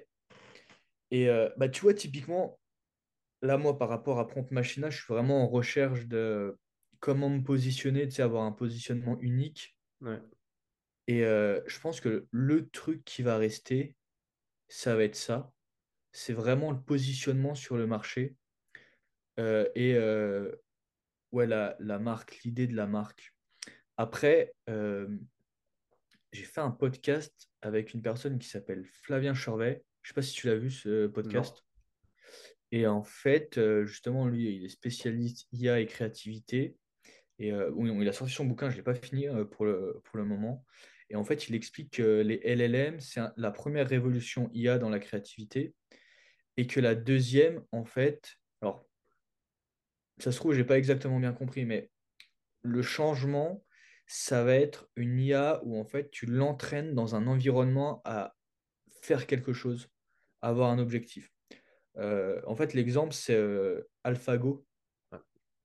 et euh, bah, tu vois, typiquement, là, moi, par rapport à Prompt Machina, je suis vraiment en recherche de comment me positionner, tu sais, avoir un positionnement unique. Ouais, Et euh, je pense que le truc qui va rester, ça va être ça. C'est vraiment le positionnement sur le marché. Euh, et euh, ouais, la, la marque, l'idée de la marque. Après, euh, j'ai fait un podcast avec une personne qui s'appelle Flavien Charvet. Je sais pas si tu l'as vu, ce non. podcast. Et en fait, euh, justement, lui, il est spécialiste I A et créativité. Et euh, oui, il a sorti son bouquin, je ne l'ai pas fini euh, pour le, pour le moment. Et en fait, il explique que les L L M, c'est un- la première révolution I A dans la créativité. Et que la deuxième, en fait, alors, ça se trouve, j'ai pas exactement bien compris, mais le changement, ça va être une I A où, en fait, tu l'entraînes dans un environnement à faire quelque chose, avoir un objectif. Euh, en fait, l'exemple, c'est euh, AlphaGo Ouais.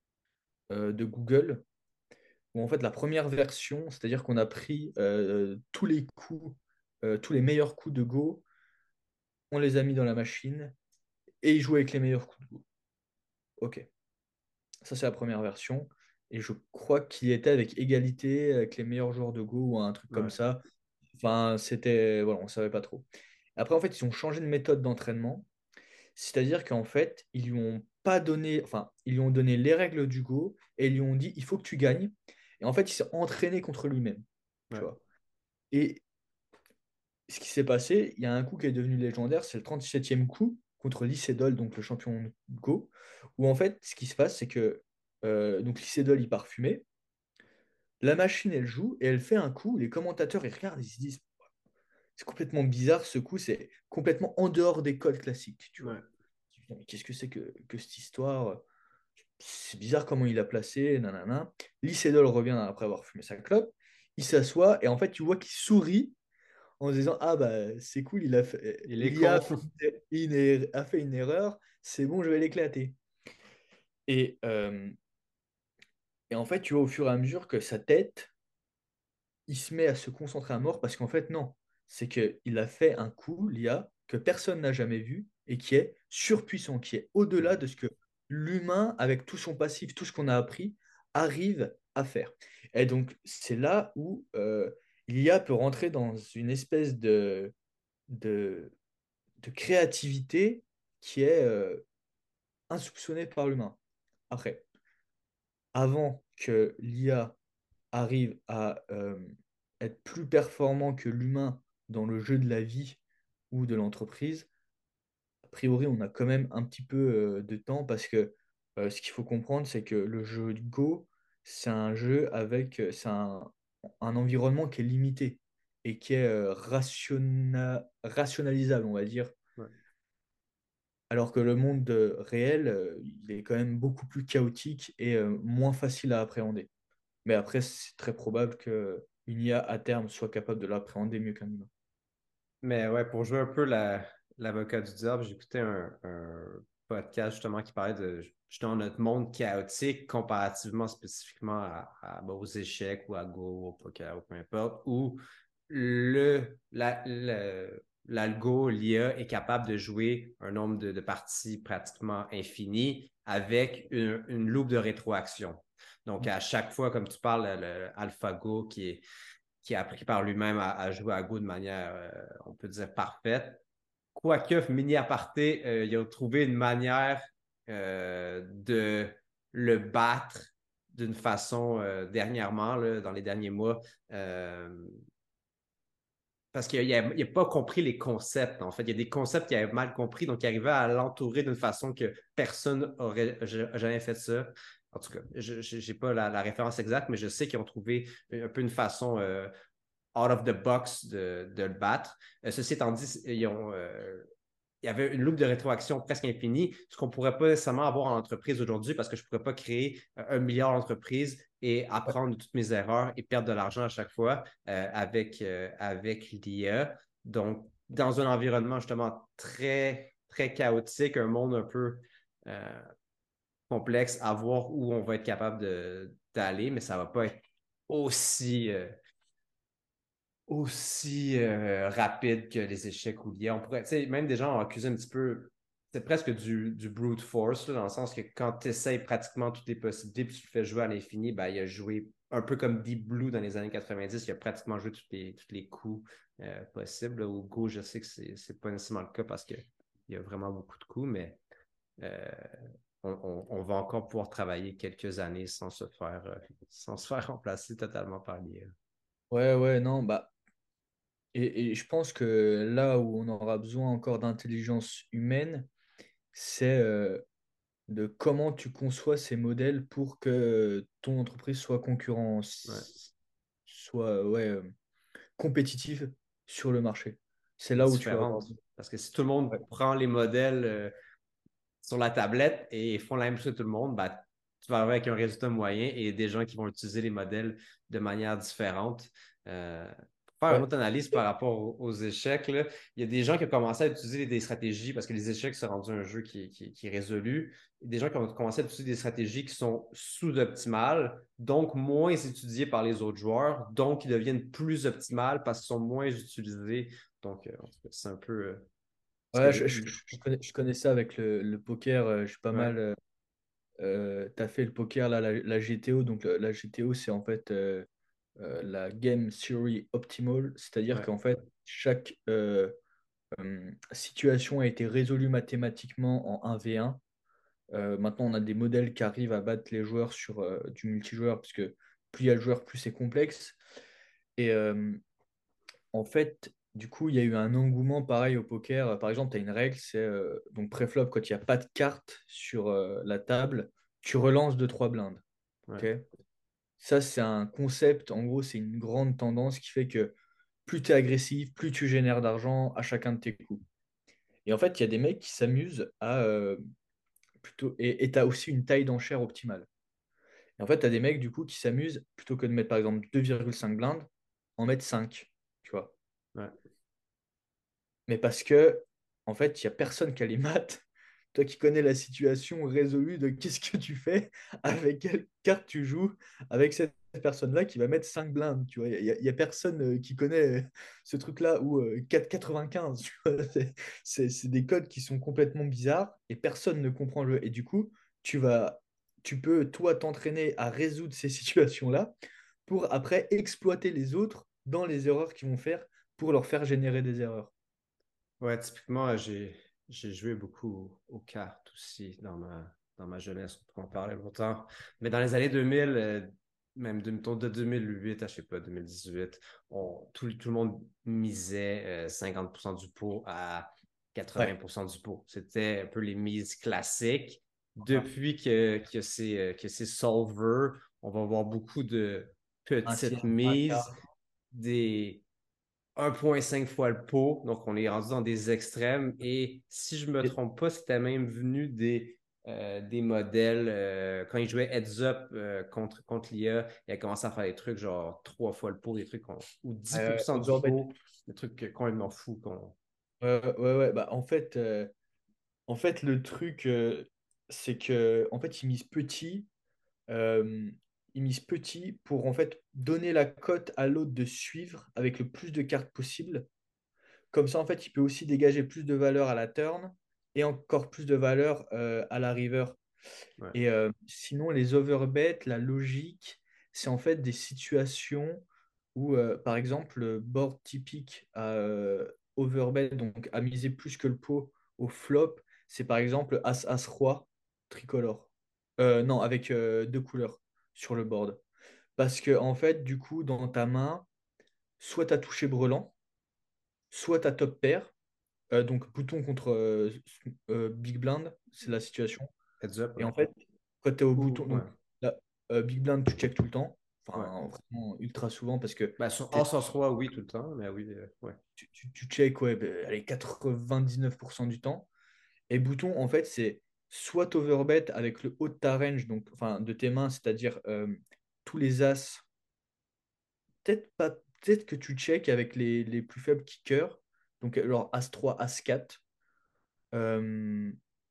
euh, de Google, où en fait la première version, c'est-à-dire qu'on a pris euh, tous les coups, euh, tous les meilleurs coups de Go, on les a mis dans la machine et il jouait avec les meilleurs coups de Go. Ok, ça c'est la première version. Et je crois qu'il était avec égalité avec les meilleurs joueurs de Go ou un truc comme Ouais. ça. Enfin, c'était, voilà, on ne savait pas trop. Après, en fait, ils ont changé de méthode d'entraînement. C'est-à-dire qu'en fait, ils lui ont pas donné, enfin, ils lui ont donné les règles du Go et ils lui ont dit il faut que tu gagnes. Et en fait, il s'est entraîné contre lui-même, tu Ouais. vois. Et ce qui s'est passé, il y a un coup qui est devenu légendaire, c'est le trente-septième coup contre Lycédol, donc le champion de Go, où en fait, ce qui se passe, c'est que euh, donc Lycédol, il part fumer, la machine, elle joue et elle fait un coup. Les commentateurs, ils regardent, ils se disent c'est complètement bizarre ce coup, c'est complètement en dehors des codes classiques, tu vois. Ouais. Mais qu'est-ce que c'est que, que cette histoire? C'est bizarre comment il a placé, nanana. Lycédol revient après avoir fumé sa clope. Il s'assoit et en fait, tu vois qu'il sourit en se disant ah bah c'est cool, il a fait, Il est l'I A a con. fait une, er- a fait une erreur, c'est bon, je vais l'éclater. Et, euh, et en fait, tu vois au fur et à mesure que sa tête, il se met à se concentrer à mort parce qu'en fait, non, c'est qu'il a fait un coup, l'I A, que personne n'a jamais vu et qui est surpuissant, qui est au-delà Ouais. de ce que l'humain, avec tout son passif, tout ce qu'on a appris, arrive à faire. Et donc, c'est là où euh, l'I A peut rentrer dans une espèce de, de, de créativité qui est, euh, insoupçonné par l'humain. Après, avant que l'I A arrive à euh, être plus performant que l'humain dans le jeu de la vie ou de l'entreprise, a priori, on a quand même un petit peu euh, de temps parce que euh, ce qu'il faut comprendre, c'est que le jeu de Go, c'est un jeu avec, euh, c'est un, un environnement qui est limité et qui est euh, rationna- rationalisable, on va dire. Ouais. Alors que le monde euh, réel, euh, il est quand même beaucoup plus chaotique et euh, moins facile à appréhender. Mais après, c'est très probable qu'une I A à terme soit capable de l'appréhender mieux qu'un humain. Mais ouais, pour jouer un peu la, l'avocat du diable, j'écoutais un, un podcast justement qui parlait de justement notre monde chaotique comparativement spécifiquement à, à, ben, aux échecs ou à Go, au poker ou peu importe, où le, la, le- l'algo, l'I A est capable de jouer un nombre de, de parties pratiquement infini avec une, une loupe de rétroaction. Donc, à chaque fois, comme tu parles, le, le AlphaGo qui est qui a appris par lui-même à, à jouer à Go de manière, euh, on peut dire, parfaite. Quoique, mini aparté, euh, il a trouvé une manière euh, de le battre d'une façon euh, dernièrement, là, dans les derniers mois, euh, parce qu'il n'a pas compris les concepts, en fait. Il y a des concepts qu'il avait mal compris, donc il arrivait à l'entourer d'une façon que personne n'aurait jamais fait ça. En tout cas, je n'ai pas la, la, référence exacte, mais je sais qu'ils ont trouvé un peu une façon euh, out of the box de, de le battre. Euh, ceci étant dit, ils ont, euh, il y avait une loupe de rétroaction presque infinie, ce qu'on ne pourrait pas nécessairement avoir en entreprise aujourd'hui parce que je ne pourrais pas créer euh, un milliard d'entreprises et Ouais, apprendre de toutes mes erreurs et perdre de l'argent à chaque fois euh, avec, euh, avec l'I A. Donc, dans un environnement justement très, très chaotique, un monde un peu euh, complexe, à voir où on va être capable de, d'aller, mais ça ne va pas être aussi, euh, aussi euh, rapide que les échecs ou l'I A. On pourrait, tu sais, même des gens ont accusé un petit peu, c'est presque du, du brute force, là, dans le sens que quand tu essayes pratiquement toutes les possibilités puis tu le fais jouer à l'infini, ben, il a joué un peu comme Deep Blue dans les années quatre-vingt-dix, il a pratiquement joué tous les, tous les coups euh, possibles. Au Go, je sais que c'est, c'est pas nécessairement le cas parce qu'il y a vraiment beaucoup de coups, mais euh, on, on, on, va encore pouvoir travailler quelques années sans se faire, euh, sans se faire remplacer totalement par l'I A. ouais, ouais, non, bah, et, et je pense que là où on aura besoin encore d'intelligence humaine, c'est euh, de comment tu conçois ces modèles pour que ton entreprise soit Ouais. concurrence, soit ouais, euh, compétitive sur le marché. C'est Et là où tu vas avoir. différentes. Parce que si tout le monde Ouais, prend les modèles euh, sur la tablette et font la même chose que tout le monde, ben, tu vas avoir avec un résultat moyen et des gens qui vont utiliser les modèles de manière différente. Euh, pour faire une ouais, autre analyse par rapport aux, aux échecs, là, il y a des gens qui ont commencé à utiliser des stratégies parce que les échecs, c'est rendu un jeu qui, qui, qui est résolu. Des gens qui ont commencé à utiliser des stratégies qui sont sous-optimales, donc moins étudiées par les autres joueurs, donc qui deviennent plus optimales parce qu'elles sont moins utilisées. Donc, euh, c'est un peu euh, ce que ouais, je, j'ai. je, je connais, je connais ça avec le, le poker. euh, Je suis pas Ouais, mal. Euh, euh, t'as fait le poker, là, la, la G T O. Donc, la, la G T O, c'est en fait euh, euh, la Game Theory Optimal. C'est-à-dire ouais, qu'en fait, chaque euh, euh, situation a été résolue mathématiquement en un v un. Euh, maintenant, on a des modèles qui arrivent à battre les joueurs sur euh, du multijoueur, parce que plus il y a de joueurs, plus c'est complexe. Et euh, en fait, du coup, il y a eu un engouement pareil au poker. Par exemple, tu as une règle, c'est euh, donc préflop, quand il n'y a pas de carte sur euh, la table, tu relances deux trois blindes. ouais. Ok. Ça, c'est un concept, en gros, c'est une grande tendance qui fait que plus tu es agressif, plus tu génères d'argent à chacun de tes coups. Et en fait, il y a des mecs qui s'amusent à euh, plutôt. Et tu as aussi une taille d'enchère optimale. Et en fait, tu as des mecs, du coup, qui s'amusent, plutôt que de mettre, par exemple, deux virgule cinq blindes, en mettre cinq. Tu vois. Ouais. Mais parce que, en fait, il n'y a personne qui a les maths. Toi qui connais la situation résolue de qu'est-ce que tu fais, avec quelle carte tu joues, avec cette personne-là qui va mettre cinq blindes. Tu vois, il n'y a, y a personne euh, qui connaît euh, ce truc-là ou euh, quatre quatre-vingt-quinze. Tu vois, c'est c'est- c'est des codes qui sont complètement bizarres et personne ne comprend le jeu. Et du coup, tu vas, tu peux, toi, t'entraîner à résoudre ces situations-là pour après exploiter les autres dans les erreurs qu'ils vont faire pour leur faire générer des erreurs. Ouais, typiquement, j'ai j'ai joué beaucoup aux cartes aussi dans ma, dans ma jeunesse, on peut en parler longtemps. Mais dans les années deux mille, euh, même de, mettons, de deux mille huit à, je sais pas, deux mille dix-huit, on, tout, tout le monde misait euh, cinquante pour cent du pot à quatre-vingts Ouais. pour cent du pot. C'était un peu les mises classiques. Ah. Depuis que, que c'est euh, que c'est solver, on va avoir beaucoup de Un petites tiers, un mises, quart. des un virgule cinq fois le pot. Donc, on est rendu dans des extrêmes. Et si je ne me Et- trompe pas, c'était même venu des, euh, des modèles. Euh, quand ils jouaient Heads Up euh, contre, contre l'I A, ils a commencé à faire des trucs genre trois fois le pot, des trucs qu'on- ou dix pour euh, cent du Overbet. pot, des trucs complètement fous. Qu'on... Euh, ouais, ouais, bah, en fait, euh, en fait, le truc, euh, c'est que en fait, ils misent petit. euh, Ils misent petit pour en fait donner la cote à l'autre de suivre avec le plus de cartes possible. Comme ça, en fait, il peut aussi dégager plus de valeur à la turn et encore plus de valeur euh, à la river. Ouais, Et euh, sinon, les overbets, la logique, c'est en fait des situations où, euh, par exemple, le board typique à euh, overbet, donc à miser plus que le pot au flop, c'est par exemple As-As-Roi tricolore. Euh, non, avec euh, deux couleurs sur le board. Parce que, en fait, du coup, dans ta main, soit tu as touché brelan, soit tu as top pair. Euh, donc, bouton contre euh, euh, Big Blind, c'est la situation. Heads Up, Et ouais. en fait, quand tu es au Ou, bouton, ouais, donc là, euh, Big Blind, tu check tout le temps. ouais. Enfin, vraiment ultra souvent parce que Ben, sur t'es- As As Roi, oui, tout le temps, mais oui, euh, ouais. tu, tu, tu check ouais, ben, allez, quatre-vingt-dix-neuf pour cent du temps. Et bouton, en fait, c'est soit overbet avec le haut de ta range, donc enfin de tes mains, c'est-à-dire euh, tous les as. Peut-être pas, peut-être que tu check avec les, les plus faibles kickers. Donc, alors as trois as quatre. Euh,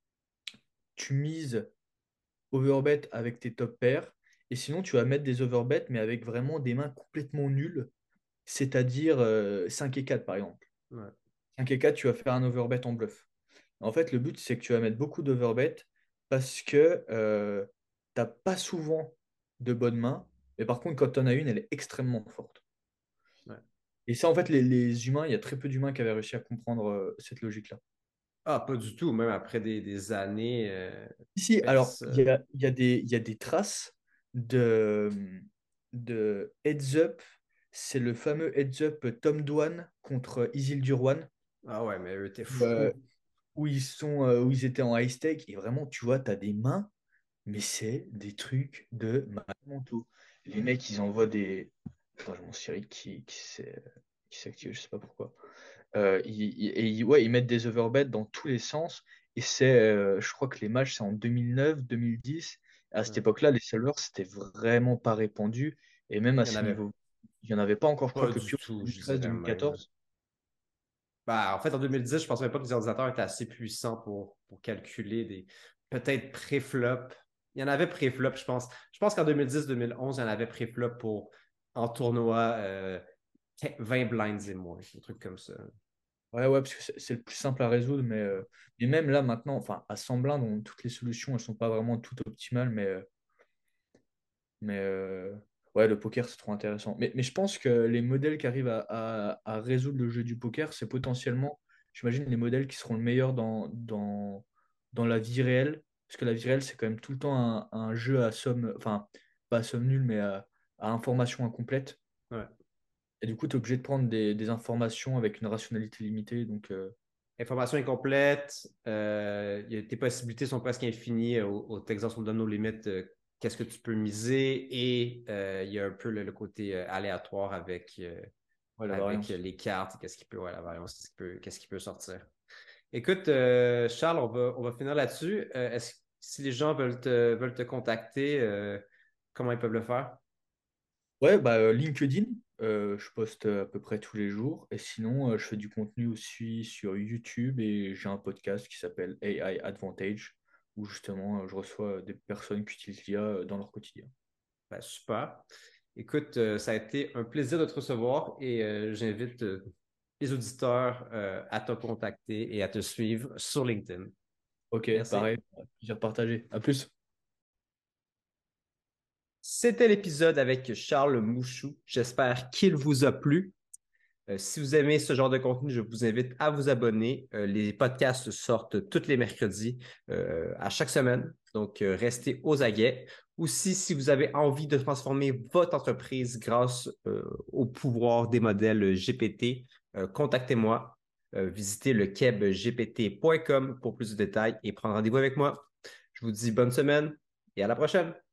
Tu mises overbet avec tes top pairs. Et sinon, tu vas mettre des overbets, mais avec vraiment des mains complètement nulles, c'est-à-dire euh, cinq et quatre par exemple. Ouais. cinq et quatre, tu vas faire un overbet en bluff. En fait, le but, c'est que tu vas mettre beaucoup d'overbet parce que euh, tu n'as pas souvent de bonnes mains. Mais par contre, quand tu en as une, elle est extrêmement forte. Ouais. Et ça, en fait, les, les humains, il y a très peu d'humains qui avaient réussi à comprendre euh, cette logique-là. Ah, pas du tout, même après des, des années, euh, Ici, alors, il y personne. a, il y a des, il y a des traces de, de Heads Up. C'est le fameux Heads Up Tom Dwan contre Isildur One, Ah ouais, mais eux étaient où, euh, fous. où ils sont, euh, où ils étaient en high stake. Et vraiment, tu vois, tu as des mains, mais c'est des trucs de malade mentaux. Les mecs, ils envoient des. Attends, j'ai mon Siri qui, qui s'est qui s'est activé, je sais pas pourquoi. Euh, ils, ils- et ils- ouais, ils mettent des overbets dans tous les sens. Et c'est, euh, je crois que les matchs, c'est en deux mille neuf, deux mille dix. À cette Ouais. époque-là, les solvers, c'était vraiment pas répandu. Et même à Il y en ce avait niveau, il n'y en avait pas encore, je crois pas que du Pio, tout, je dirais même. deux mille treize, deux mille quatorze. Ben, en fait, en deux mille dix, je ne pensais même pas que les ordinateurs étaient assez puissants pour, pour calculer des peut-être pré-flop. Il y en avait pré-flop, je pense. Je pense qu'en deux mille dix, deux mille onze, il y en avait pré-flop pour en tournoi euh, vingt blinds et moins, un truc comme ça. Ouais, ouais, parce que c'est c'est le plus simple à résoudre. Mais, euh, mais même là, maintenant, enfin, à Semblin, donc toutes les solutions, elles sont pas vraiment toutes optimales. Mais, euh, Mais euh, ouais, le poker, c'est trop intéressant. Mais, mais je pense que les modèles qui arrivent à, à- à résoudre le jeu du poker, c'est potentiellement, j'imagine, les modèles qui seront le meilleur dans, dans, dans la vie réelle. Parce que la vie réelle, c'est quand même tout le temps un, un jeu à somme, enfin, pas à somme nulle, mais à, à information incomplète. Ouais. Et du coup, tu es obligé de prendre des, des informations avec une rationalité limitée. Donc, euh, Information incomplète, euh, il y a- tes possibilités sont presque infinies euh, au, au Texas Hold'em nos limites. Euh, qu'est-ce que tu peux miser et euh, il y a un peu le, le côté euh, aléatoire avec, euh, ouais, la avec variance. les cartes, qu'est-ce qui peut, ouais, la variance, qu'est-ce qui peut, qu'est-ce qui peut sortir. Écoute, euh, Charles, on va, on va finir là-dessus. Euh, est-ce, si les gens veulent te, veulent te contacter, euh, comment ils peuvent le faire? Ouais, bah, euh, LinkedIn, euh, je poste à peu près tous les jours. Et sinon, euh, je fais du contenu aussi sur YouTube et j'ai un podcast qui s'appelle A I Advantage, où justement, euh, je reçois des personnes qui utilisent l'I A euh, dans leur quotidien. Ben, super. Écoute, euh, ça a été un plaisir de te recevoir et euh, j'invite euh, les auditeurs euh, à te contacter et à te suivre sur LinkedIn. Ok, Merci. pareil, plaisir partagé. À plus. C'était l'épisode avec Charles Mouchou. J'espère qu'il vous a plu. Euh, si vous aimez ce genre de contenu, je vous invite à vous abonner. Euh, les podcasts sortent tous les mercredis euh, à chaque semaine. Donc, euh, restez aux aguets. Aussi, si vous avez envie de transformer votre entreprise grâce euh, au pouvoir des modèles G P T, euh, contactez-moi. Euh, visitez le keb g p t point com pour plus de détails et prendre rendez-vous avec moi. Je vous dis bonne semaine et à la prochaine.